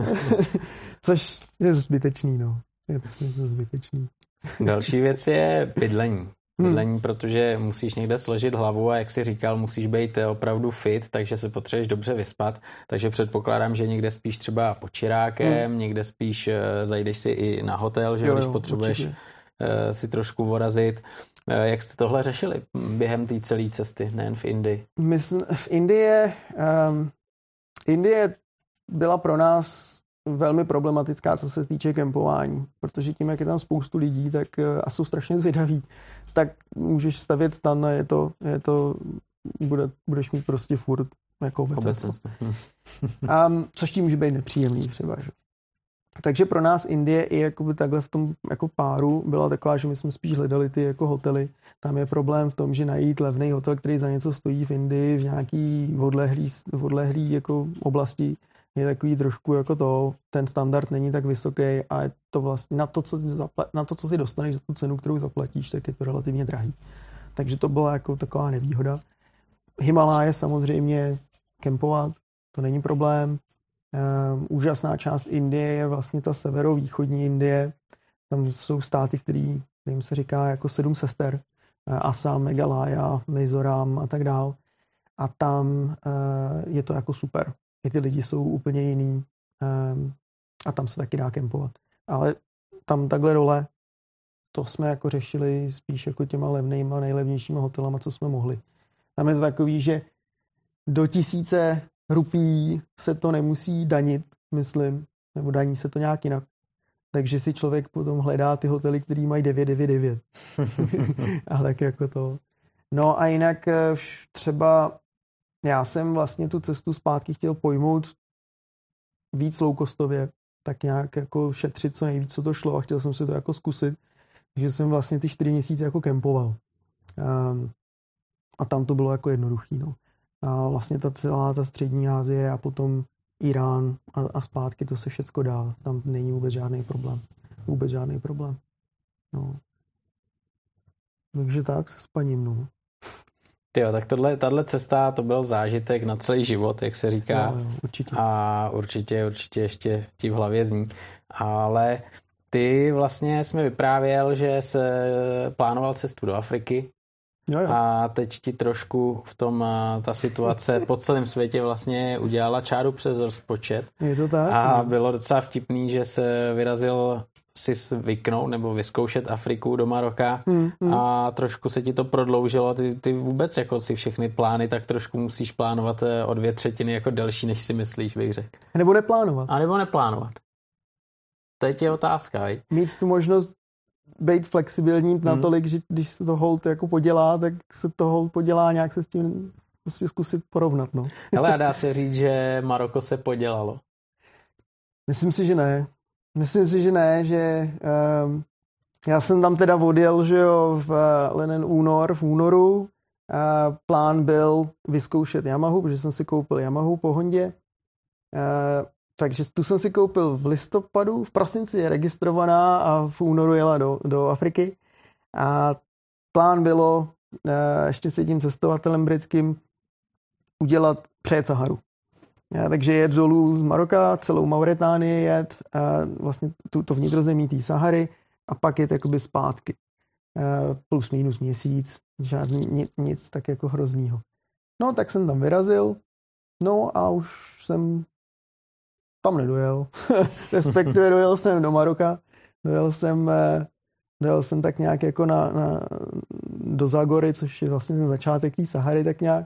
Což je zbytečný, no. Je to zbytečný. Další věc je bydlení. Bydlení, hmm. protože musíš někde složit hlavu a jak jsi říkal, musíš být opravdu fit, takže se potřebuješ dobře vyspat. Takže předpokládám, že někde spíš třeba pod čirákem, hmm. někde spíš zajdeš si i na hotel, že jo, když jo, potřebuješ určitě. Si trošku vorazit. Jak jste tohle řešili během té celé cesty, nejen v Indii? Myslím, v Indii, um, Indie byla pro nás velmi problematická, co se týče kempování, protože tím, jak je tam spoustu lidí, tak a jsou strašně zvědaví, tak můžeš stavět stan a je to, je to bude, budeš mít prostě furt jako obecenstvo. um, což tím může být nepříjemný třeba, že? Takže pro nás Indie i jakoby takhle v tom jako páru byla taková, že my jsme spíš hledali ty jako hotely. Tam je problém v tom, že najít levný hotel, který za něco stojí v Indii, v nějaký odlehlý, odlehlý jako oblasti, je takový trošku jako to, ten standard není tak vysoký a je to vlastně na to, co si, zapla- na to, co si dostaneš za tu cenu, kterou zaplatíš, tak je to relativně drahý. Takže to byla jako taková nevýhoda. Himaláje samozřejmě kempovat, to není problém. Um, úžasná část Indie je vlastně ta severovýchodní Indie. Tam jsou státy, který, kterým se říká jako sedm sester. Uh, Assam, Meghalaya, Mizoram a tak dál. A tam uh, je to jako super. I ty lidi jsou úplně jiný. Um, a tam se taky dá kempovat. Ale tam takhle dole to jsme jako řešili spíš jako těma levnýma, nejlevnějšíma hotelama, co jsme mohli. Tam je to takový, že do tisíce rupí se to nemusí danit, myslím, nebo daní se to nějak jinak. Takže si člověk potom hledá ty hotely, který mají devět devět devět. A tak jako to. No a jinak třeba já jsem vlastně tu cestu zpátky chtěl pojmout víc low-costově, tak nějak jako šetřit co nejvíc, co to šlo a chtěl jsem si to jako zkusit. Takže jsem vlastně ty čtyři měsíce jako kempoval. Um, a tam to bylo jako jednoduchý, no. A vlastně ta celá ta střední Asie a potom Irán a, a zpátky to se všecko dá. Tam není vůbec žádný problém. Vůbec žádný problém. No. Takže tak se spaním, no. Jo, tak tohle, tahle cesta, to byl zážitek na celý život, jak se říká. Jo, jo, určitě. A určitě, určitě ještě ti v hlavě zní. Ale ty vlastně jsi mi vyprávěl, že se plánoval cestu do Afriky. Jo, jo. A teď ti trošku v tom ta situace po celém světě vlastně udělala čáru přes rozpočet. Je to tak? A no. bylo docela vtipný, že se vyrazil si vyknout nebo vyzkoušet Afriku do Maroka hmm, hmm. a trošku se ti to prodloužilo. Ty, ty vůbec jako si všechny plány tak trošku musíš plánovat o dvě třetiny jako delší, než si myslíš, bych řekl. Nebo neplánovat. A nebo neplánovat. Teď je otázka. Aj? Mít tu možnost být flexibilní hmm. natolik, že když se to hold jako podělá, tak se to hold podělá, nějak se s tím prostě zkusit porovnat. No. Hele, a dá se říct, že Maroko se podělalo? Myslím si, že ne. Myslím si, že ne, že um, já jsem tam teda odjel, že jo, v leden únor, v únoru. Uh, plán byl vyzkoušet Yamahu, protože jsem si koupil Yamahu po Hondě. Uh, takže tu jsem si koupil v listopadu, v prosinci je registrovaná a v únoru jela do, do Afriky. A plán bylo uh, ještě s tím cestovatelem britským udělat přejet Saharu. Ja, takže jet dolů z Maroka, celou Mauretánii jet, uh, vlastně tu, to vnitrozemí té Sahary, a pak jet jakoby zpátky. Plus minus měsíc, žádný nic, nic tak jako hroznýho. No, tak jsem tam vyrazil, no a už jsem tam nedojel. Respektive dojel jsem do Maroka, dojel jsem, dojel jsem tak nějak jako na, na, do Zagory, což je vlastně ten začátek té Sahary tak nějak.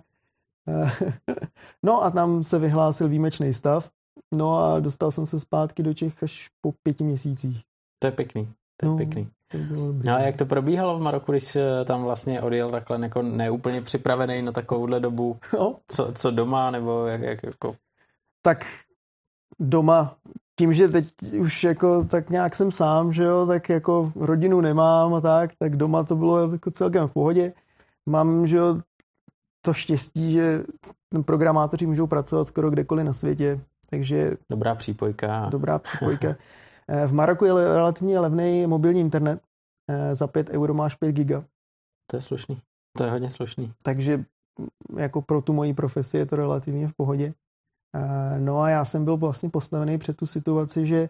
No a tam se vyhlásil výjimečný stav, no a dostal jsem se zpátky do Čech až po pěti měsících. To je pěkný, to je no, pěkný. To bylo dobrý. Ale jak to probíhalo v Maroku, když tam vlastně odjel takhle jako neúplně připravený na takovouhle dobu? No. Co, co doma, nebo jak, jak jako... Tak doma, tím, že teď už jako tak nějak jsem sám, že jo, tak jako rodinu nemám a tak, tak doma to bylo jako celkem v pohodě. Mám, že jo, to štěstí, že programátoři můžou pracovat skoro kdekoliv na světě, takže... Dobrá přípojka. Dobrá přípojka. V Maroku je relativně levný mobilní internet. Za pět euro máš pět giga. To je slušný. To je hodně slušný. Takže jako pro tu moji profesi je to relativně v pohodě. No a já jsem byl vlastně postavený před tu situaci, že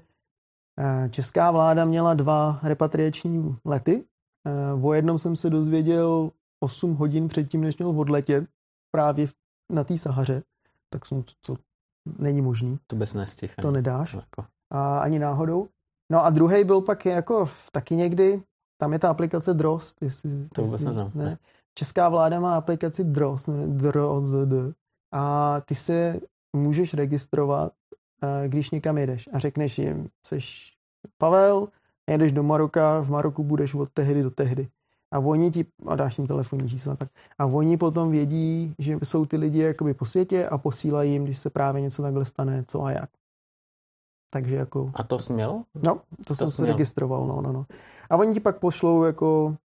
česká vláda měla dva repatriační lety. O jednom jsem se dozvěděl osm hodin předtím, než měl odletět právě na té Sahaře. Tak jsem to, to není možný. To bez nestih. To nedáš. Jako. A ani náhodou. No a druhý byl pak jako taky někdy, tam je ta aplikace Drost. Jestli, to vůbec neznám. Ne. Česká vláda má aplikaci Drost, ne, Drost, a ty se můžeš registrovat, když někam jedeš a řekneš jim, seš Pavel, jedeš do Maroka, v Maroku budeš od tehdy do tehdy. A oni ti, a dáš jim telefonní čísla, tak. A oni potom vědí, že jsou ty lidi jakoby po světě a posílají jim, když se právě něco takhle stane, co a jak. Takže jako... A to jsi měl? No, to, to jsem se registroval, no, no, no. A oni ti pak pošlou jako,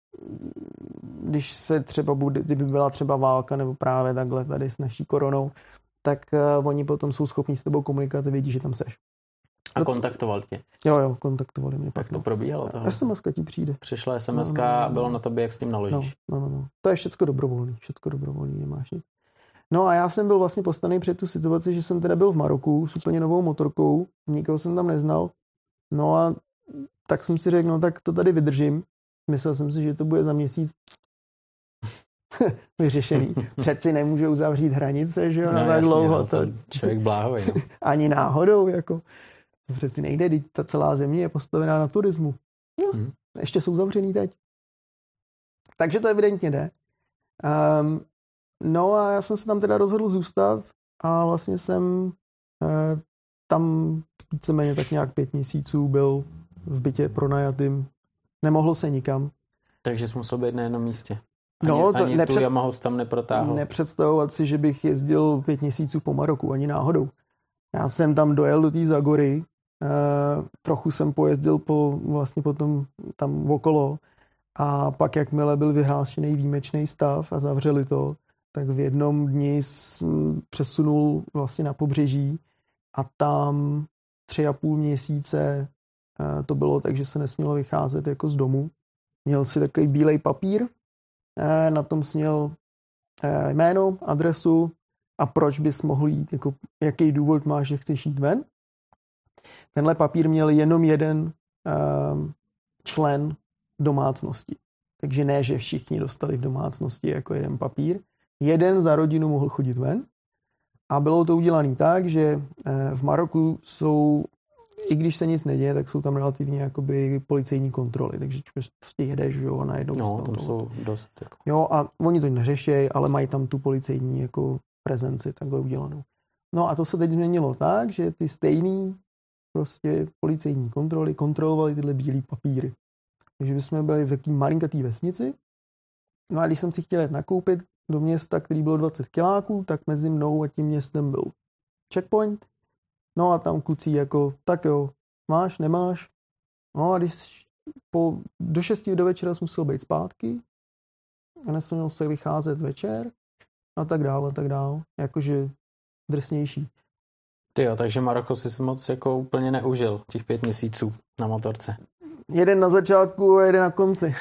když se třeba bude, kdyby byla třeba válka nebo právě takhle tady s naší koronou, tak uh, oni potom jsou schopni s tebou komunikovat a vědí, že tam seš. A kontaktoval tě? Jo, jo, kontaktovali mě. Jak to no. probíhalo? Tohle? es em eska ti přijde. Přišla es em eska no, no, no, bylo na tobě, jak s tím naložíš. No, no, no. To je všecko dobrovolný, všecko dobrovolný, nemáš nic. No a já jsem byl vlastně postavený před tu situaci, že jsem teda byl v Maroku s úplně novou motorkou, nikoho jsem tam neznal. No a tak jsem si řekl, no tak to tady vydržím. Myslel jsem si, že to bude za měsíc vyřešený. Přeci nemůžu uzavřít hranice, že jo, no, na tak dlouho. No, to... Člověk bláhovej, no. Ani náhodou, jako. Přeci nejde, teď ta celá země je postavená na turismu. No, hmm. Ještě jsou zavřený teď. Takže to evidentně jde. Um, no a já jsem se tam teda rozhodl zůstat a vlastně jsem eh, tam víceméně tak nějak pět měsíců byl v bytě pronajatým. Nemohlo se nikam. Takže jsi musel být na jednom místě. Ani, no, to ani nepřed... tu Yamahu tam neprotáhl. Nepředstavovat si, že bych jezdil pět měsíců po Maroku, ani náhodou. Já jsem tam dojel do té Zagory, eh, trochu jsem pojezdil po, vlastně potom tam okolo a pak jakmile byl vyhlášený výjimečný stav a zavřeli to, tak v jednom dni jsem přesunul vlastně na pobřeží a tam tři a půl měsíce eh, to bylo tak, že se nesmělo vycházet jako z domu. Měl si takový bílej papír, eh, na tom směl eh, jméno, adresu a proč bys mohl jít, jako, jaký důvod máš, že chceš jít ven. Tenhle papír měl jenom jeden eh, člen domácnosti. Takže ne, že všichni dostali v domácnosti jako jeden papír. Jeden za rodinu mohl chodit ven. A bylo to udělané tak, že eh, v Maroku jsou, i když se nic neděje, tak jsou tam relativně jakoby policejní kontroly. Takže prostě jedeš, jo, a najednou... No, tam jsou dost... Jako... Jo, a oni to neřešejí, ale mají tam tu policejní jako prezenci takhle udělanou. No a to se teď změnilo tak, že ty stejný prostě policejní kontroly kontrolovali tyhle bílý papíry. Takže bychom byli v takové malinkatý vesnici. No a když jsem si chtěl jít nakoupit do města, který bylo dvacet kiláků, tak mezi mnou a tím městem byl checkpoint. No a tam kluci jako, tak jo, máš, nemáš. No a když po, do šesti do večera jsem musel být zpátky a nesměl se vycházet večer a tak dále, a tak dále. Jakože drsnější. Ty jo, takže Maroko si si moc jako úplně neužil těch pět měsíců na motorce. Jeden na začátku a jeden na konci.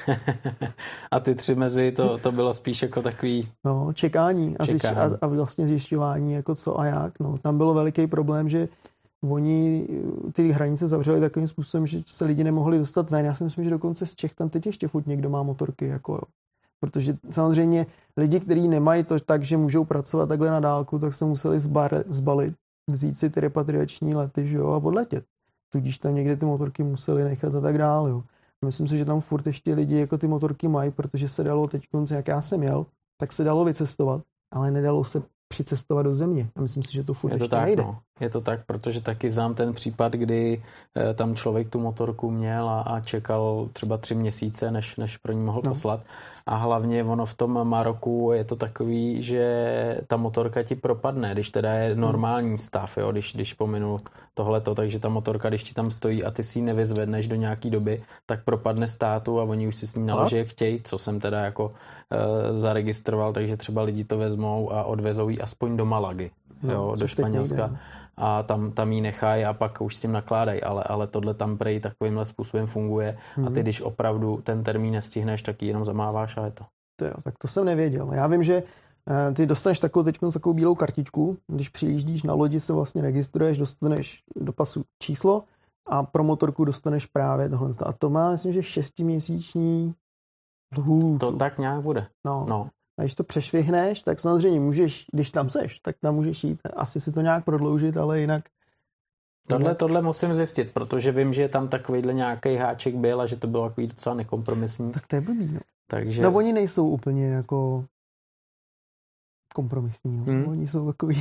A ty tři mezi, to, to bylo spíš jako takový... No, čekání a, čekání. Zjišť, a, a vlastně zjišťování, jako co a jak. No, tam bylo veliký problém, že oni ty hranice zavřeli takovým způsobem, že se lidi nemohli dostat ven. Já si myslím, že dokonce z Čech tam teď ještě furt někdo má motorky. Jako, jo. Protože samozřejmě lidi, kteří nemají to tak, že můžou pracovat takhle na dálku, tak se museli zbar, zbalit, vzít si ty repatriační lety, že jo, a odletět. Tudíž tam někde ty motorky museli nechat a tak dále. Jo. Myslím si, že tam furt ještě lidi jako ty motorky mají, protože se dalo teď, jak já jsem jel, tak se dalo vycestovat, ale nedalo se přicestovat do země. A myslím si, že to furt je to ještě tak, nejde. No. Je to tak, protože taky znám ten případ, kdy e, tam člověk tu motorku měl a, a čekal třeba tři měsíce, než, než pro ní mohl no. poslat. A hlavně ono v tom Maroku je to takový, že ta motorka ti propadne, když teda je normální stav, jo, když, když pominu tohleto, takže ta motorka, když ti tam stojí a ty si ji nevyzvedneš do nějaký doby, tak propadne státu a oni už si s ní naloží, jak chtějí, co jsem teda jako e, zaregistroval, takže třeba lidi to vezmou a odvezou ji aspoň do Malagy, no, jo, do Španělska. A tam, tam ji nechají a pak už s tím nakládají, ale, ale tohle tam prej takovýmhle způsobem funguje mm. a ty, když opravdu ten termín nestihneš, tak ji jenom zamáváš a je to. To jo, tak to jsem nevěděl. Já vím, že ty dostaneš takovou teď takovou bílou kartičku, když přijíždíš na lodi, se vlastně registruješ, dostaneš do pasu číslo a pro motorku dostaneš právě tohle. A to má, myslím, že šestiměsíční lhůtu. To tak nějak bude. No. no. A když to přešvihneš, tak samozřejmě můžeš, když tam seš, tak tam můžeš jít. Asi si to nějak prodloužit, ale jinak... Tohle, tohle musím zjistit, protože vím, že tam takovýhle nějaký háček byl a že to bylo takový docela nekompromisní. Tak to je blbý, no. Takže... No oni nejsou úplně jako kompromisní, no. Hmm. Oni jsou takový...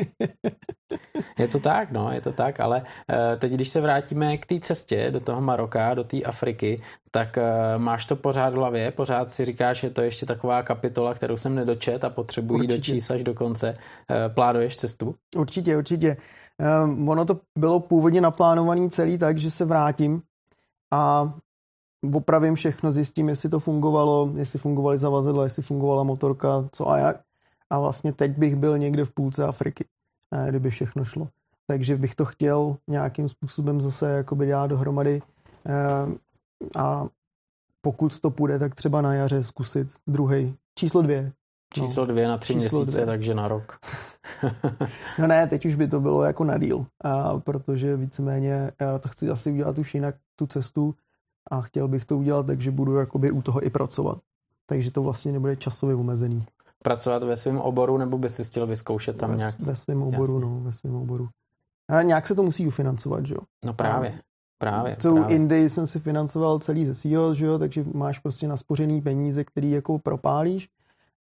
Je to tak, no, je to tak, ale teď, když se vrátíme k té cestě do toho Maroka, do té Afriky, tak máš to pořád v hlavě, pořád si říkáš, že to je ještě taková kapitola, kterou jsem nedočet a potřebuji určitě dočíst až do konce. Plánuješ cestu? Určitě, určitě. Um, ono to bylo původně naplánované celý tak, že se vrátím a opravím všechno, zjistím, jestli to fungovalo, jestli fungovaly zavazadla, jestli fungovala motorka, co a jak. A vlastně teď bych byl někde v půlce Afriky, kdyby všechno šlo. Takže bych to chtěl nějakým způsobem zase jakoby dělat dohromady a pokud to půjde, tak třeba na jaře zkusit druhej, číslo dvě. Číslo no, dvě na tři měsíce, dvě. Takže na rok. No ne, teď už by to bylo jako na díl, a protože víceméně já to chci asi udělat už jinak tu cestu a chtěl bych to udělat, takže budu jakoby u toho i pracovat. Takže to vlastně nebude časově omezený. Pracovat ve svém oboru, nebo by si chtěl vyzkoušet tam ve, nějak? Ve svém oboru, Jasně. no, ve svém oboru. A nějak se to musí ufinancovat, že jo? No právě, právě. Celou Indii jsem si financoval celý ze svýho, že jo, takže máš prostě naspořený peníze, který jako propálíš.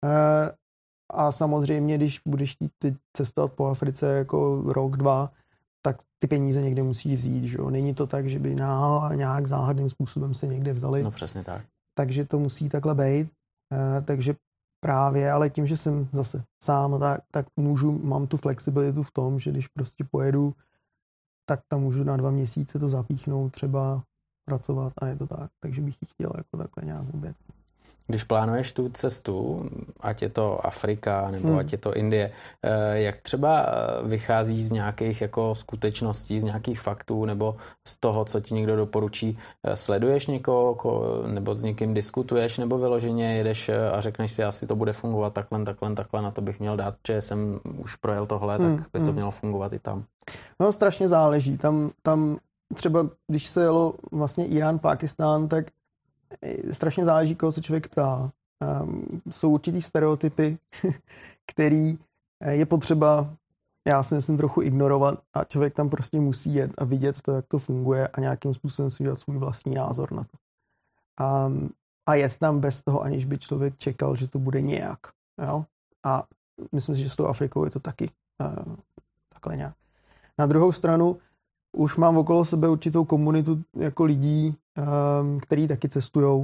A samozřejmě, když budeš chtít cestovat po Africe jako rok, dva, tak ty peníze někde musíš vzít, že jo? Není to tak, že by na nějak záhadným způsobem se někde vzali. No přesně tak. Takže to musí takhle být. Takže právě, ale tím, že jsem zase sám, tak, tak můžu, mám tu flexibilitu v tom, že když prostě pojedu, tak tam můžu na dva měsíce to zapíchnout, třeba pracovat a je to tak. Takže bych ji chtěl jako takhle nějak vůbec. Když plánuješ tu cestu, ať je to Afrika nebo hmm. ať je to Indie, jak třeba vychází z nějakých jako skutečností, z nějakých faktů nebo z toho, co ti někdo doporučí? Sleduješ někoho nebo s někým diskutuješ nebo vyloženě jedeš a řekneš si, asi to bude fungovat takhle, takhle, takhle, na to bych měl dát, že jsem už projel tohle, hmm. tak by to mělo fungovat i tam. No strašně záleží. Tam, tam třeba, když se jelo vlastně Irán, Pákistán, tak strašně záleží, koho se člověk ptá. Um, jsou určitý stereotypy, který je potřeba, já si myslím, trochu ignorovat a člověk tam prostě musí jet a vidět to, jak to funguje a nějakým způsobem si udělat svůj vlastní názor na to. Um, a jet tam bez toho, aniž by člověk čekal, že to bude nějak. Jo? A myslím si, že s tou Afrikou je to taky uh, takhle nějak. Na druhou stranu už mám okolo sebe určitou komunitu jako lidí, um, který taky cestujou,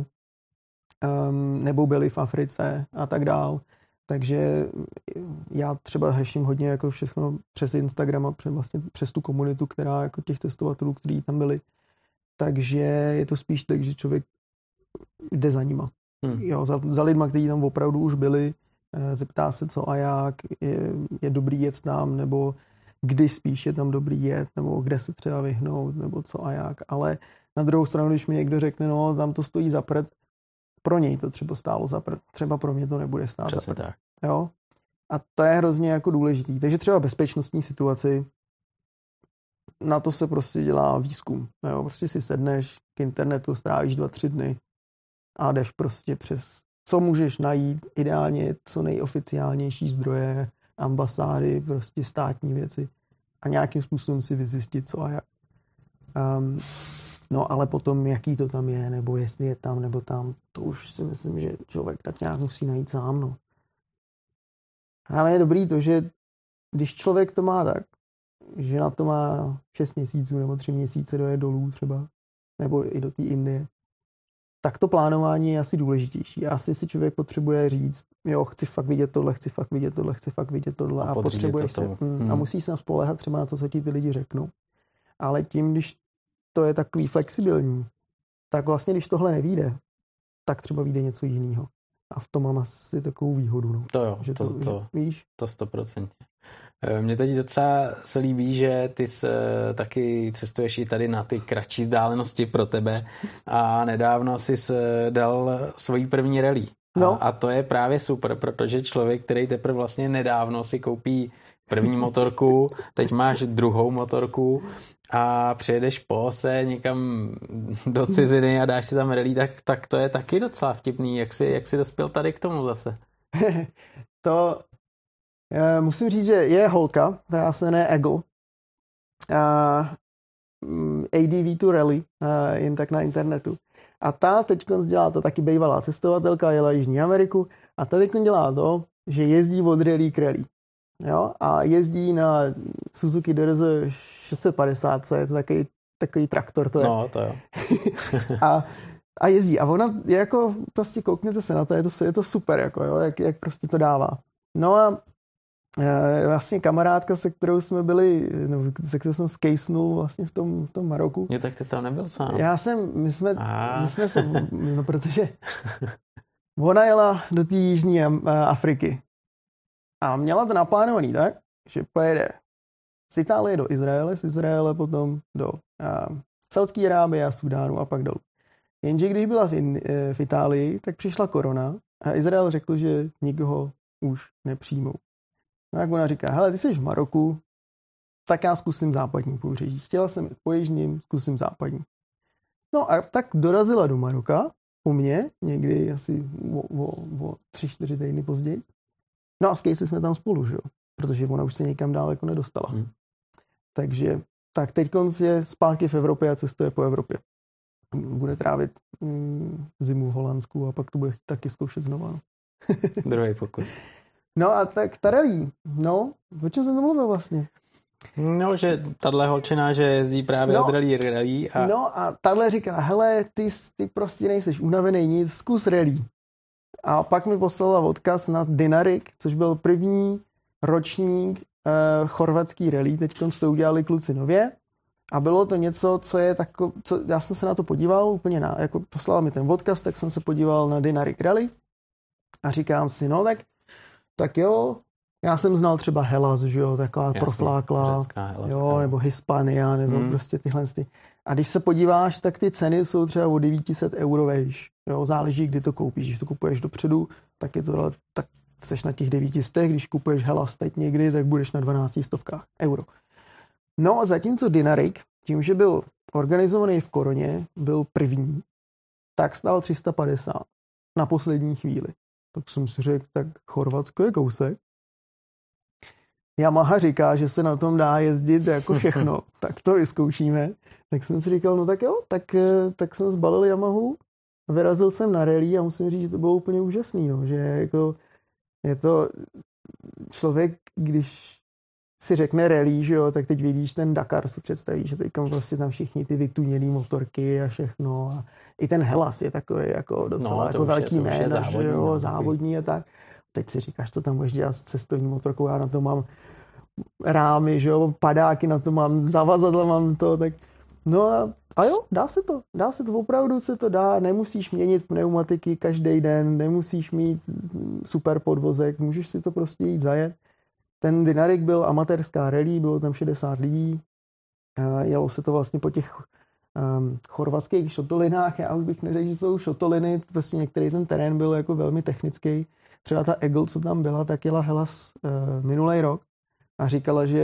um, nebo byli v Africe a tak dál. Takže já třeba řeším hodně jako všechno přes Instagram a přes, vlastně přes tu komunitu, která jako těch cestovatelů, kteří tam byli. Takže je to spíš tak, že člověk jde za nima. Hmm. Jo, za, za lidma, kteří tam opravdu už byli, zeptá se co a jak, je, je dobrý jet tam, nebo kdy spíš je tam dobrý jet, nebo kde se třeba vyhnout, nebo co a jak. Ale na druhou stranu, když mi někdo řekne, no tam to stojí za prd, pro něj to třeba stálo za prd. Třeba pro mě to nebude stát Přesně za prd. Tak. Jo? A to je hrozně jako důležitý. Takže třeba bezpečnostní situaci na to se prostě dělá výzkum. Jo? Prostě si sedneš k internetu, strávíš dva, tři dny a jdeš prostě přes, co můžeš najít, ideálně co nejoficiálnější zdroje, ambasády, prostě státní věci a nějakým způsobem si vyzjistit, co a jak. Um, no ale potom, jaký to tam je, nebo jestli je tam, nebo tam, to už si myslím, že člověk tak nějak musí najít sám. No. Ale je dobrý to, že když člověk to má tak, že na to má šest měsíců nebo tři měsíce dojet dolů třeba, nebo i do té Indie, tak to plánování je asi důležitější. Asi si člověk potřebuje říct, jo, chci fakt vidět tohle, chci fakt vidět tohle, chci fakt vidět tohle a, a potřebuješ se, hmm. a musí se spoléhat třeba na to, co ti ty lidi řeknou. Ale tím, když to je takový flexibilní, tak vlastně, když tohle nevíde, tak třeba vyjde něco jiného. A v tom mám asi takovou výhodu. No. To jo, že to, to, to, že, víš? to stoprocentně. Mně teď docela se líbí, že ty se taky cestuješ i tady na ty kratší vzdálenosti pro tebe a nedávno jsi dal svoji první rally. No. A, a to je právě super, protože člověk, který teprve vlastně nedávno si koupí první motorku, teď máš druhou motorku a přijedeš po ose někam do ciziny a dáš si tam rally, tak, tak to je taky docela vtipný. Jak jsi, jak jsi dospěl tady k tomu zase? To musím říct, že je holka, která se jmenuje Eagle. A D V dva Rally, jen tak na internetu. A ta teď dělá to taky bývalá cestovatelka, jela Jižní Ameriku a ta teď dělá to, že jezdí od rally k rally. Jo? A jezdí na Suzuki D R Z šest set padesát, je to takový, takový traktor, to je. No, to jo. a, a jezdí. A ona je jako, prostě koukněte se na to, je to, je to super, jako, jo? Jak, jak prostě to dává. No a e, vlastně kamarádka, se kterou jsme byli, no, se kterou jsem skejsnul vlastně v tom, v tom Maroku. Jo, tak ty jsi tam nebyl sám. Já jsem, my jsme, my jsme se, no protože ona jela do té Jižní Afriky. A měla to naplánovaný tak, že pojede z Itálie do Izraele, z Izraele potom do uh, Saudské Arábie a Súdánu a pak dolů. Jenže když byla v, in, v Itálii, tak přišla korona a Izrael řekl, že nikoho už nepřijmou. No jak ona říká, hele, ty jsi v Maroku, tak já zkusím západní pobřeží. Chtěla jsem jít po jižním, zkusím západní. No a tak dorazila do Maroka, u mě, někdy asi o, o, o tři, čtyři týdny později. No a skejsli jsme tam spolu, že jo? Protože ona už se někam dál jako nedostala. Hmm. Takže tak teď je zpátky v Evropě a cestuje po Evropě. Bude trávit mm, zimu v Holandsku a pak to bude taky zkoušet znova. No. Druhý pokus. No a tak ta rally, no, o čem jsem to mluvil vlastně? No, že tahle holčina, že jezdí právě no, od rally rally. A... No a tahle říká, hele, ty, ty prostě nejseš unavený nic, zkus rally. A pak mi poslala odkaz na Dinarik, což byl první ročník uh, chorvatský rally, teď to udělali kluci nově. A bylo to něco, co je tako, co, já jsem se na to podíval úplně na, jako poslala mi ten odkaz, tak jsem se podíval na Dinarik rally a říkám si, no tak, tak jo, já jsem znal třeba Hellas, že jo, taková Jasný, profláklá, řecká, jo, nebo Hispania, nebo hmm. prostě tyhle. A když se podíváš, tak ty ceny jsou třeba o devět set euro vejš. Jo, záleží, kdy to koupíš. Když to kupuješ dopředu, tak je to, tak seš na těch devět stech, když kupuješ Hellas teď někdy, tak budeš na dvanáct stovkách euro. No a zatímco Dinarik, tím, že byl organizovaný v koroně, byl první, tak stál tři sta padesát na poslední chvíli. Tak jsem si řekl, tak Chorvatsko je kousek. Yamaha říká, že se na tom dá jezdit jako všechno, tak to vyzkoušíme. Tak jsem si říkal, no tak jo, tak, tak jsem zbalil Yamahu, vyrazil jsem na rally a musím říct, že to bylo úplně úžasný, no, že jako je to člověk, když si řekne rally, že jo, tak teď vidíš ten Dakar, si představíš, že teď prostě tam všichni ty vytunělý motorky a všechno a i ten Hellas je takový jako docela no, jako velký jména, že jo, závodní a tak. Teď si říkáš, co tam můžeš dělat s cestovní motorkou, já na to mám rámy, že jo, padáky, na to mám zavazadla, mám to, tak no a, a jo, dá se to, dá se to, opravdu se to dá, nemusíš měnit pneumatiky každý den, nemusíš mít super podvozek, můžeš si to prostě jít zajet. Ten Dinarik byl amatérská rally, bylo tam šedesát lidí, jelo se to vlastně po těch um, chorvatských šotolinách, já už bych neřekl, že jsou šotoliny, prostě některý ten terén byl jako velmi technický. Třeba ta Eagle, co tam byla, tak jela Hellas uh, minulý rok a říkala, že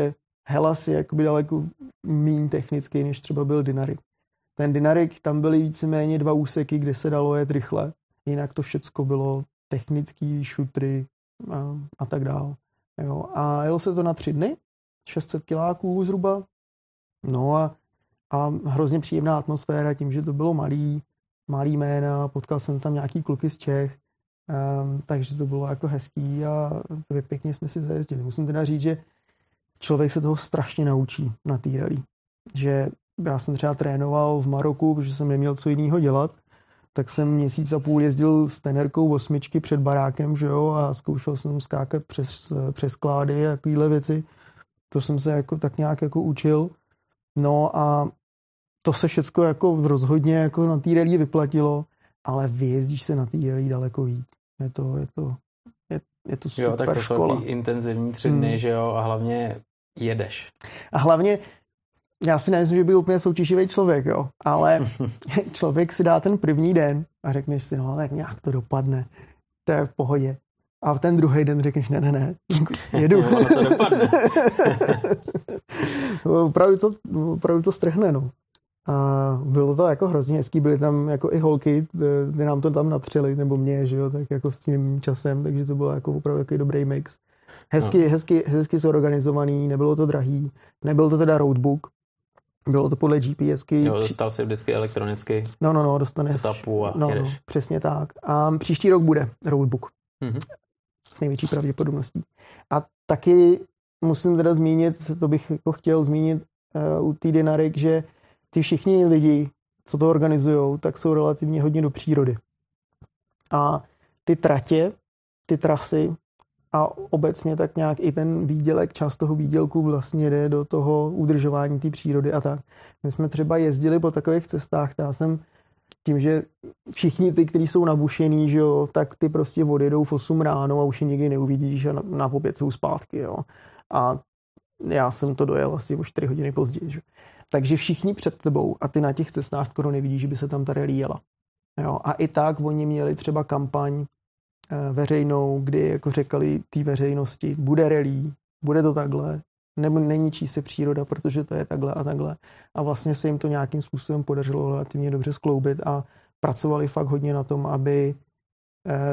Hellas je jakoby daleko míň technický, než třeba byl Dinaric. Ten Dinaric, tam byly víceméně dva úseky, kde se dalo jet rychle. Jinak to všecko bylo technický, šutry a, a tak dále. Jo. A jelo se to na tři dny, šest set kiláků zhruba. No a, a hrozně příjemná atmosféra tím, že to bylo malý, malý jména, potkal jsem tam nějaký kluky z Čech, um, takže to bylo jako hezký a pěkně jsme si zajezdili. Musím teda říct, že člověk se toho strašně naučí na té rally. Že já jsem třeba trénoval v Maroku, protože jsem neměl co jiného dělat, tak jsem měsíc a půl jezdil s tenerkou osmičky před barákem, že jo, a zkoušel jsem skákat přes, přes klády a takovéhle věci. To jsem se jako tak nějak jako učil. No a to se všecko jako rozhodně jako na té rally vyplatilo, ale vyjezdíš se na té rally daleko víc. Je to, je to, je, je to super škola. Jo, tak to škola. jsou intenzivní tři dny, hmm. že jo, a hlavně jedeš. A hlavně já si nemyslím, že byl úplně soutěživý člověk, jo, ale člověk si dá ten první den a řekneš si, no tak nějak to dopadne, to je v pohodě. A v ten druhý den řekneš, ne, ne, ne, jedu. No, to dopadne. opravdu, to, opravdu to strhne, no. A bylo to jako hrozně hezký, byly tam jako i holky, ty nám to tam natřeli, nebo mě, že jo, tak jako s tím časem, takže to bylo jako opravdu takový dobrý mix. Hezky, no. hezky, hezky zorganizovaný, nebylo to drahý, nebyl to teda roadbook, bylo to podle GPSky. Jo, dostal si vždycky elektronicky. No, no, no, dostaneš. Etapu a no, jedeš. No, přesně tak. A příští rok bude roadbook. Mm-hmm. S největší pravděpodobností. A taky musím teda zmínit, to bych jako chtěl zmínit uh, u té Dinaric, že ty všichni lidi, co to organizujou, tak jsou relativně hodně do přírody. A ty tratě, ty trasy a obecně tak nějak i ten výdělek, část toho výdělku vlastně jde do toho udržování té přírody a tak. My jsme třeba jezdili po takových cestách, já jsem tím, že všichni ty, kteří jsou nabušený, že jo, tak ty prostě odjedou v osm ráno a už je nikdy neuvidíš a na, na oběd jsou zpátky, jo. A já jsem to dojel asi o čtyři hodiny později, že? Takže všichni před tebou a ty na těch cestách skoro nevidíš, že by se tam ta rally jela. Jo. A i tak oni měli třeba kampaň eh, veřejnou, kdy jako řekali té veřejnosti, bude rally, bude to takhle, nebo neničí se příroda, protože to je takhle a takhle. A vlastně se jim to nějakým způsobem podařilo relativně dobře skloubit a pracovali fakt hodně na tom, aby eh,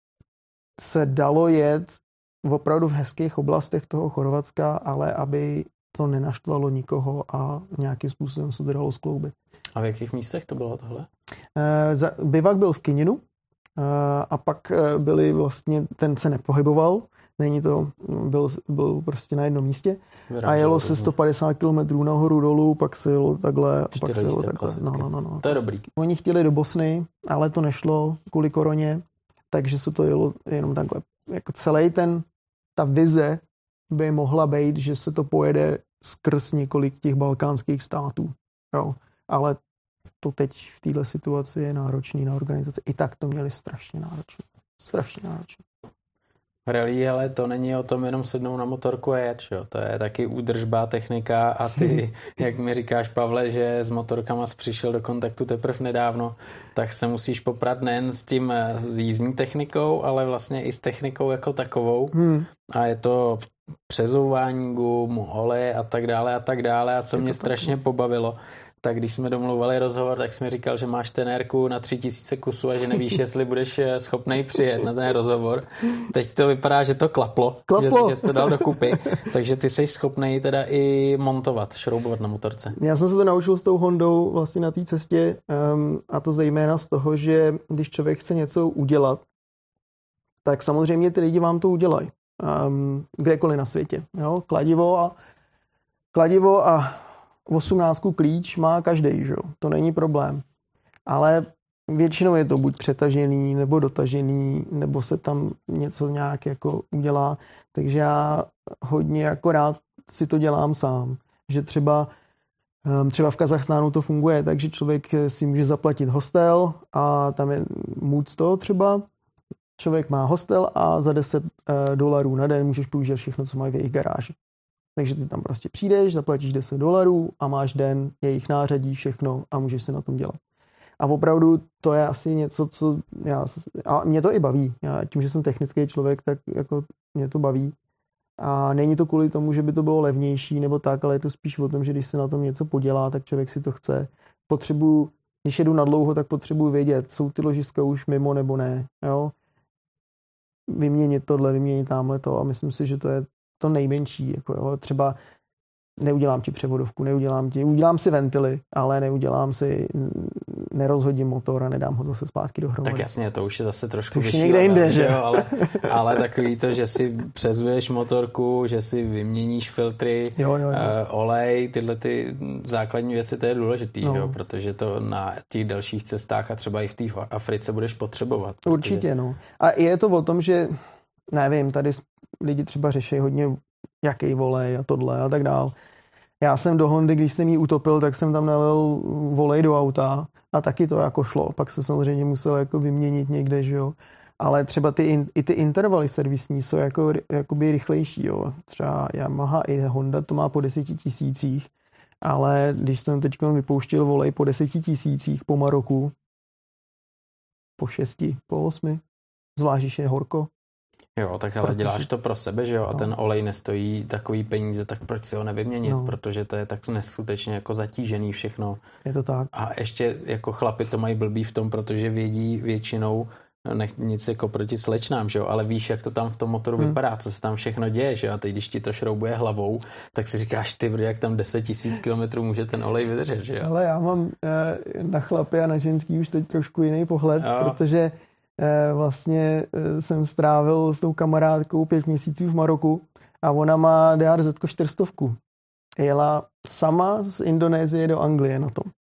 se dalo jet opravdu v hezkých oblastech toho Chorvatska, ale aby to nenaštvalo nikoho a nějakým způsobem se to dalo skloubit. A v jakých místech to bylo tohle? Eh, za, bivak byl v Kininu eh, a pak eh, byli vlastně, ten se nepohyboval, není to, byl, byl prostě na jednom místě Vyrážel a jelo se sto padesát kilometrů nahoru dolů, pak se jelo takhle, pak se jelo takhle. No, no, no, no. To je dobrý. Oni chtěli do Bosny, ale to nešlo kvůli koroně, takže se to jelo jenom takhle. Jako celý ten, ta vize by mohla být, že se to pojede skrz několik těch balkánských států. Jo. Ale to teď v této situaci je náročný na organizaci. I tak to měli strašně náročný. Strašně náročný. Rally, ale to není o tom jenom sednout na motorku a jet, jo. To je taky údržba, technika a ty, jak mi říkáš, Pavle, že s motorkama jsi přišel do kontaktu teprve nedávno, tak se musíš poprat nejen s tím s jízdní technikou, ale vlastně i s technikou jako takovou. Hmm. A je to přezouvání gum, oleje a tak dále a tak dále. A co mě strašně pobavilo, tak když jsme domluvali rozhovor, tak jsi mi říkal, že máš tenérku na tři tisíce kusů a že nevíš, jestli budeš schopnej přijet na ten rozhovor. Teď to vypadá, že to klaplo, klaplo. Že, že jsi to dal dokupy. Takže ty jsi schopnej teda i montovat, šroubovat na motorce. Já jsem se to naučil s tou Hondou vlastně na té cestě um, a to zejména z toho, že když člověk chce něco udělat, tak samozřejmě ty lidi vám to udělají. Um, kdekoliv na světě. Jo? Kladivo a kladivo a osmnáctku klíč má každej, že jo? To není problém. Ale většinou je to buď přetažený, nebo dotažený, nebo se tam něco nějak jako udělá. Takže já hodně jako rád si to dělám sám. Že třeba, třeba v Kazachstánu to funguje, takže člověk si může zaplatit hostel a tam je můj z toho třeba. Člověk má hostel a za deset dolarů na den můžeš použít všechno, co mají v jejich garáži. Takže ty tam prostě přijdeš, zaplatíš deset dolarů a máš den, jejich nářadí, všechno a můžeš se na tom dělat. A opravdu to je asi něco, co já, a mě to i baví. Já tím, že jsem technický člověk, tak jako mě to baví. A není to kvůli tomu, že by to bylo levnější nebo tak, ale je to spíš o tom, že když se na tom něco podělá, tak člověk si to chce. Potřebuju, když jedu na dlouho, tak potřebuji vědět, jsou ty ložiska už mimo nebo ne. Jo? Vyměnit tohle, vyměnit tamhle to a myslím si, že to je to nejmenší. Jako jo? Třeba neudělám ti převodovku, neudělám ti, udělám si ventily, ale neudělám si, nerozhodím motor a nedám ho zase zpátky dohromady. Tak jasně, to už je zase trošku vyšší. Někde jinde, že jo? Ale, ale takový to, že si přezuješ motorku, že si vyměníš filtry, jo, jo, jo. Uh, olej, tyhle ty základní věci, to je důležitý, no. Jo? Protože to na těch dalších cestách a třeba i v té Africe budeš potřebovat. Určitě, protože... no. A je to o tom, že nevím, tady lidi třeba řeší hodně jaký volej a tohle a tak dál. Já jsem do Hondy, když jsem ji utopil, tak jsem tam nalil volej do auta a taky to jako šlo. Pak se samozřejmě musel jako vyměnit někde, že jo. Ale třeba ty, i ty intervaly servisní jsou jako, jakoby rychlejší, jo. Třeba Yamaha i Honda to má po deseti tisících, ale když jsem teď vypouštěl volej po deseti tisících po Maroku, po šesti, po osmi, zvlášť, když je horko. Jo, tak ale protože... děláš to pro sebe, že jo, a no. Ten olej nestojí takový peníze, tak proč si ho nevyměnit, no. Protože to je tak neskutečně jako zatížený všechno. Je to tak. A ještě jako chlapi to mají blbý v tom, protože vědí většinou, nech nic jako proti slečnám, že jo, ale víš, jak to tam v tom motoru hmm. vypadá, co se tam všechno děje, že jo, a teď když ti to šroubuje hlavou, tak si říkáš, ty brdo, jak tam deset tisíc kilometrů může ten olej vydržet, že jo. Ale já mám eh, na chlapy a na ženský už teď trošku jiný pohled, jo. Protože vlastně jsem strávil s tou kamarádkou pět měsíců v Maroku a ona má D R Z čtyři sta. Jela sama z Indonésie do Anglie na tom.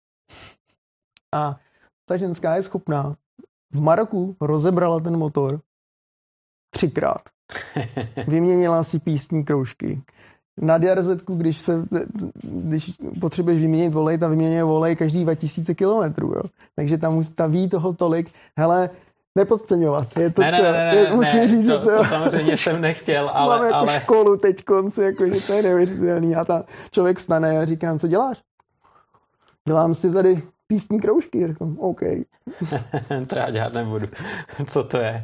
A ta ženská je schopná. V Maroku rozebrala ten motor třikrát. Vyměnila si pístní kroužky. Na D R Z, když, se, když potřebuješ vyměnit volej, ta vyměňuje volej každý dva tisíce kilometrů. Jo? Takže tam ta ví toho tolik. Hele, nepodceňovat. Je to ne, ne, ne, ne, je, musím ne, říct, to, že to, to samozřejmě jsem nechtěl, ale... Mám jako ale... školu teď konci, jako, že to je neuvěřitelný. A ta člověk vstane a říkám, co děláš? Dělám si tady pístní kroužky. Říkám, OK. To já dělat nebudu. Co to je?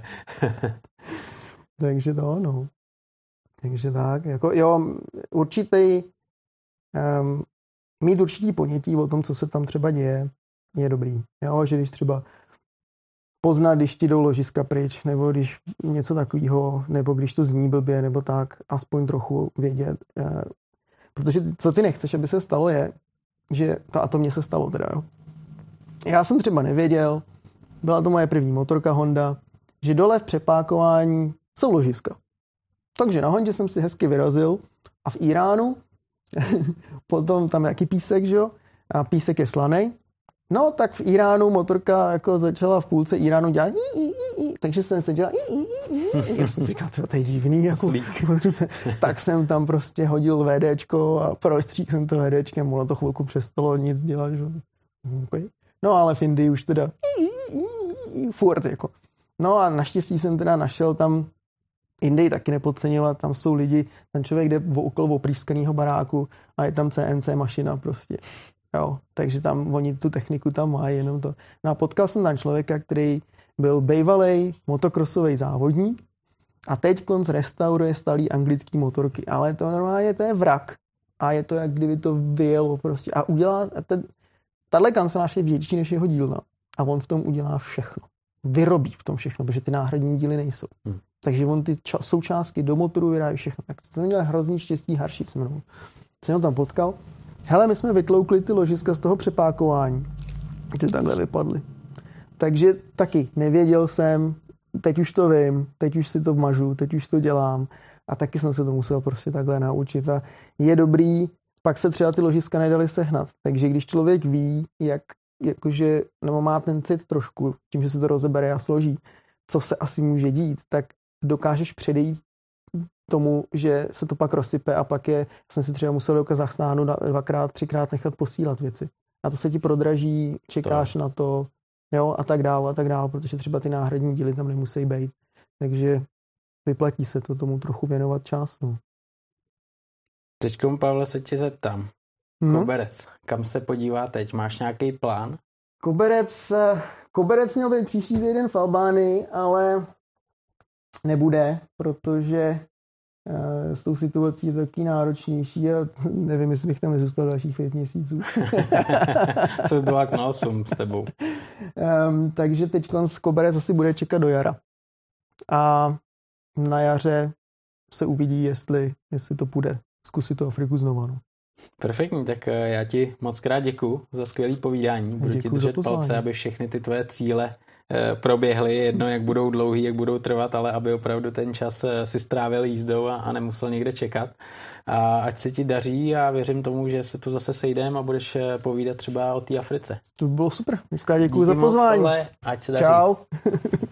Takže to, no. Takže tak, jako jo, určitý um, mít určitý ponětí o tom, co se tam třeba děje, je dobrý. Jo, že když třeba poznat, když ti jdou ložiska pryč, nebo když něco takového, nebo když to zní blbě, nebo tak, aspoň trochu vědět. Eh, protože co ty nechceš, aby se stalo, je, že, to, a to mně se stalo teda, jo. Já jsem třeba nevěděl, byla to moje první motorka Honda, že dole v přepákování jsou ložiska. Takže na Hondě jsem si hezky vyrazil a v Iránu, potom tam jaký písek, že jo, a písek je slanej. No, tak v Iránu motorka jako začala v půlce Iránu dělat í, í, í, takže jsem se dělal í, í, í. Já jsem si říkal, to je divný. Jako, tak jsem tam prostě hodil VDčko a prostřík jsem to VDčkem, ono to chvilku přestalo nic dělat. Že? Okay. No, ale v Indii už teda í, í, í, furt jako. No a naštěstí jsem teda našel tam Indii taky nepodceňovat, tam jsou lidi, ten člověk jde okolo oprýskaného baráku a je tam C N C mašina prostě. Jo, takže tam oni tu techniku tam mají, jenom to. No a potkal jsem tam člověka, který byl bejvalej motokrosový závodník a teď konc restauruje starý anglický motorky, ale to normálně to je vrak a je to, jak kdyby to vyjelo prostě a udělá, tahle kancelář je větší než jeho dílna a on v tom udělá všechno. Vyrobí v tom všechno, protože ty náhradní díly nejsou. Hmm. Takže on ty ča- součástky do motoru vyrábí všechno. Tak jsem měl hrozný štěstí, Haršic se mnou. Jsem ho tam potkal. Hele, my jsme vytloukli ty ložiska z toho přepákování. Ty takhle vypadly. Takže taky nevěděl jsem, teď už to vím, teď už si to mažu, teď už to dělám a taky jsem se to musel prostě takhle naučit a je dobrý, pak se třeba ty ložiska nedaly sehnat. Takže když člověk ví, jak, jakože, nebo má ten cit trošku, tím, že se to rozebere a složí, co se asi může dít, tak dokážeš předejít tomu, že se to pak rozsype a pak je, jsem si třeba musel do Kazachstánu dvakrát, třikrát nechat posílat věci. A to se ti prodraží, čekáš to. na to, jo, a tak dál, a tak dál, protože třeba ty náhradní díly tam nemusí být. Takže vyplatí se to tomu trochu věnovat čas. No. Teďkom, Pavle, se tě zeptám. No? Koberec, kam se podívá teď? Máš nějaký plán? Koberec, Koberec měl být příští týden v Albánii, ale nebude, protože s tou situací je to taky náročnější a nevím, jestli bych tam nezůstal dalších pět měsíců. Co by bylo jak na osm s tebou. Um, takže teď z koberec asi bude čekat do jara. A na jaře se uvidí, jestli, jestli to půjde. Zkusit to Afriku znovu. No. Perfektní, tak já ti moc krát děkuju za skvělé povídání. Budu děkuju ti držet palce, aby všechny ty tvoje cíle proběhly, jedno jak budou dlouhý, jak budou trvat, ale aby opravdu ten čas si strávil jízdou a, a nemusel někde čekat. A ať se ti daří a věřím tomu, že se tu zase sejdeme a budeš povídat třeba o té Africe. To by bylo super. Moc krát děkuju za pozvání. Tohle, ať se daří. Čau.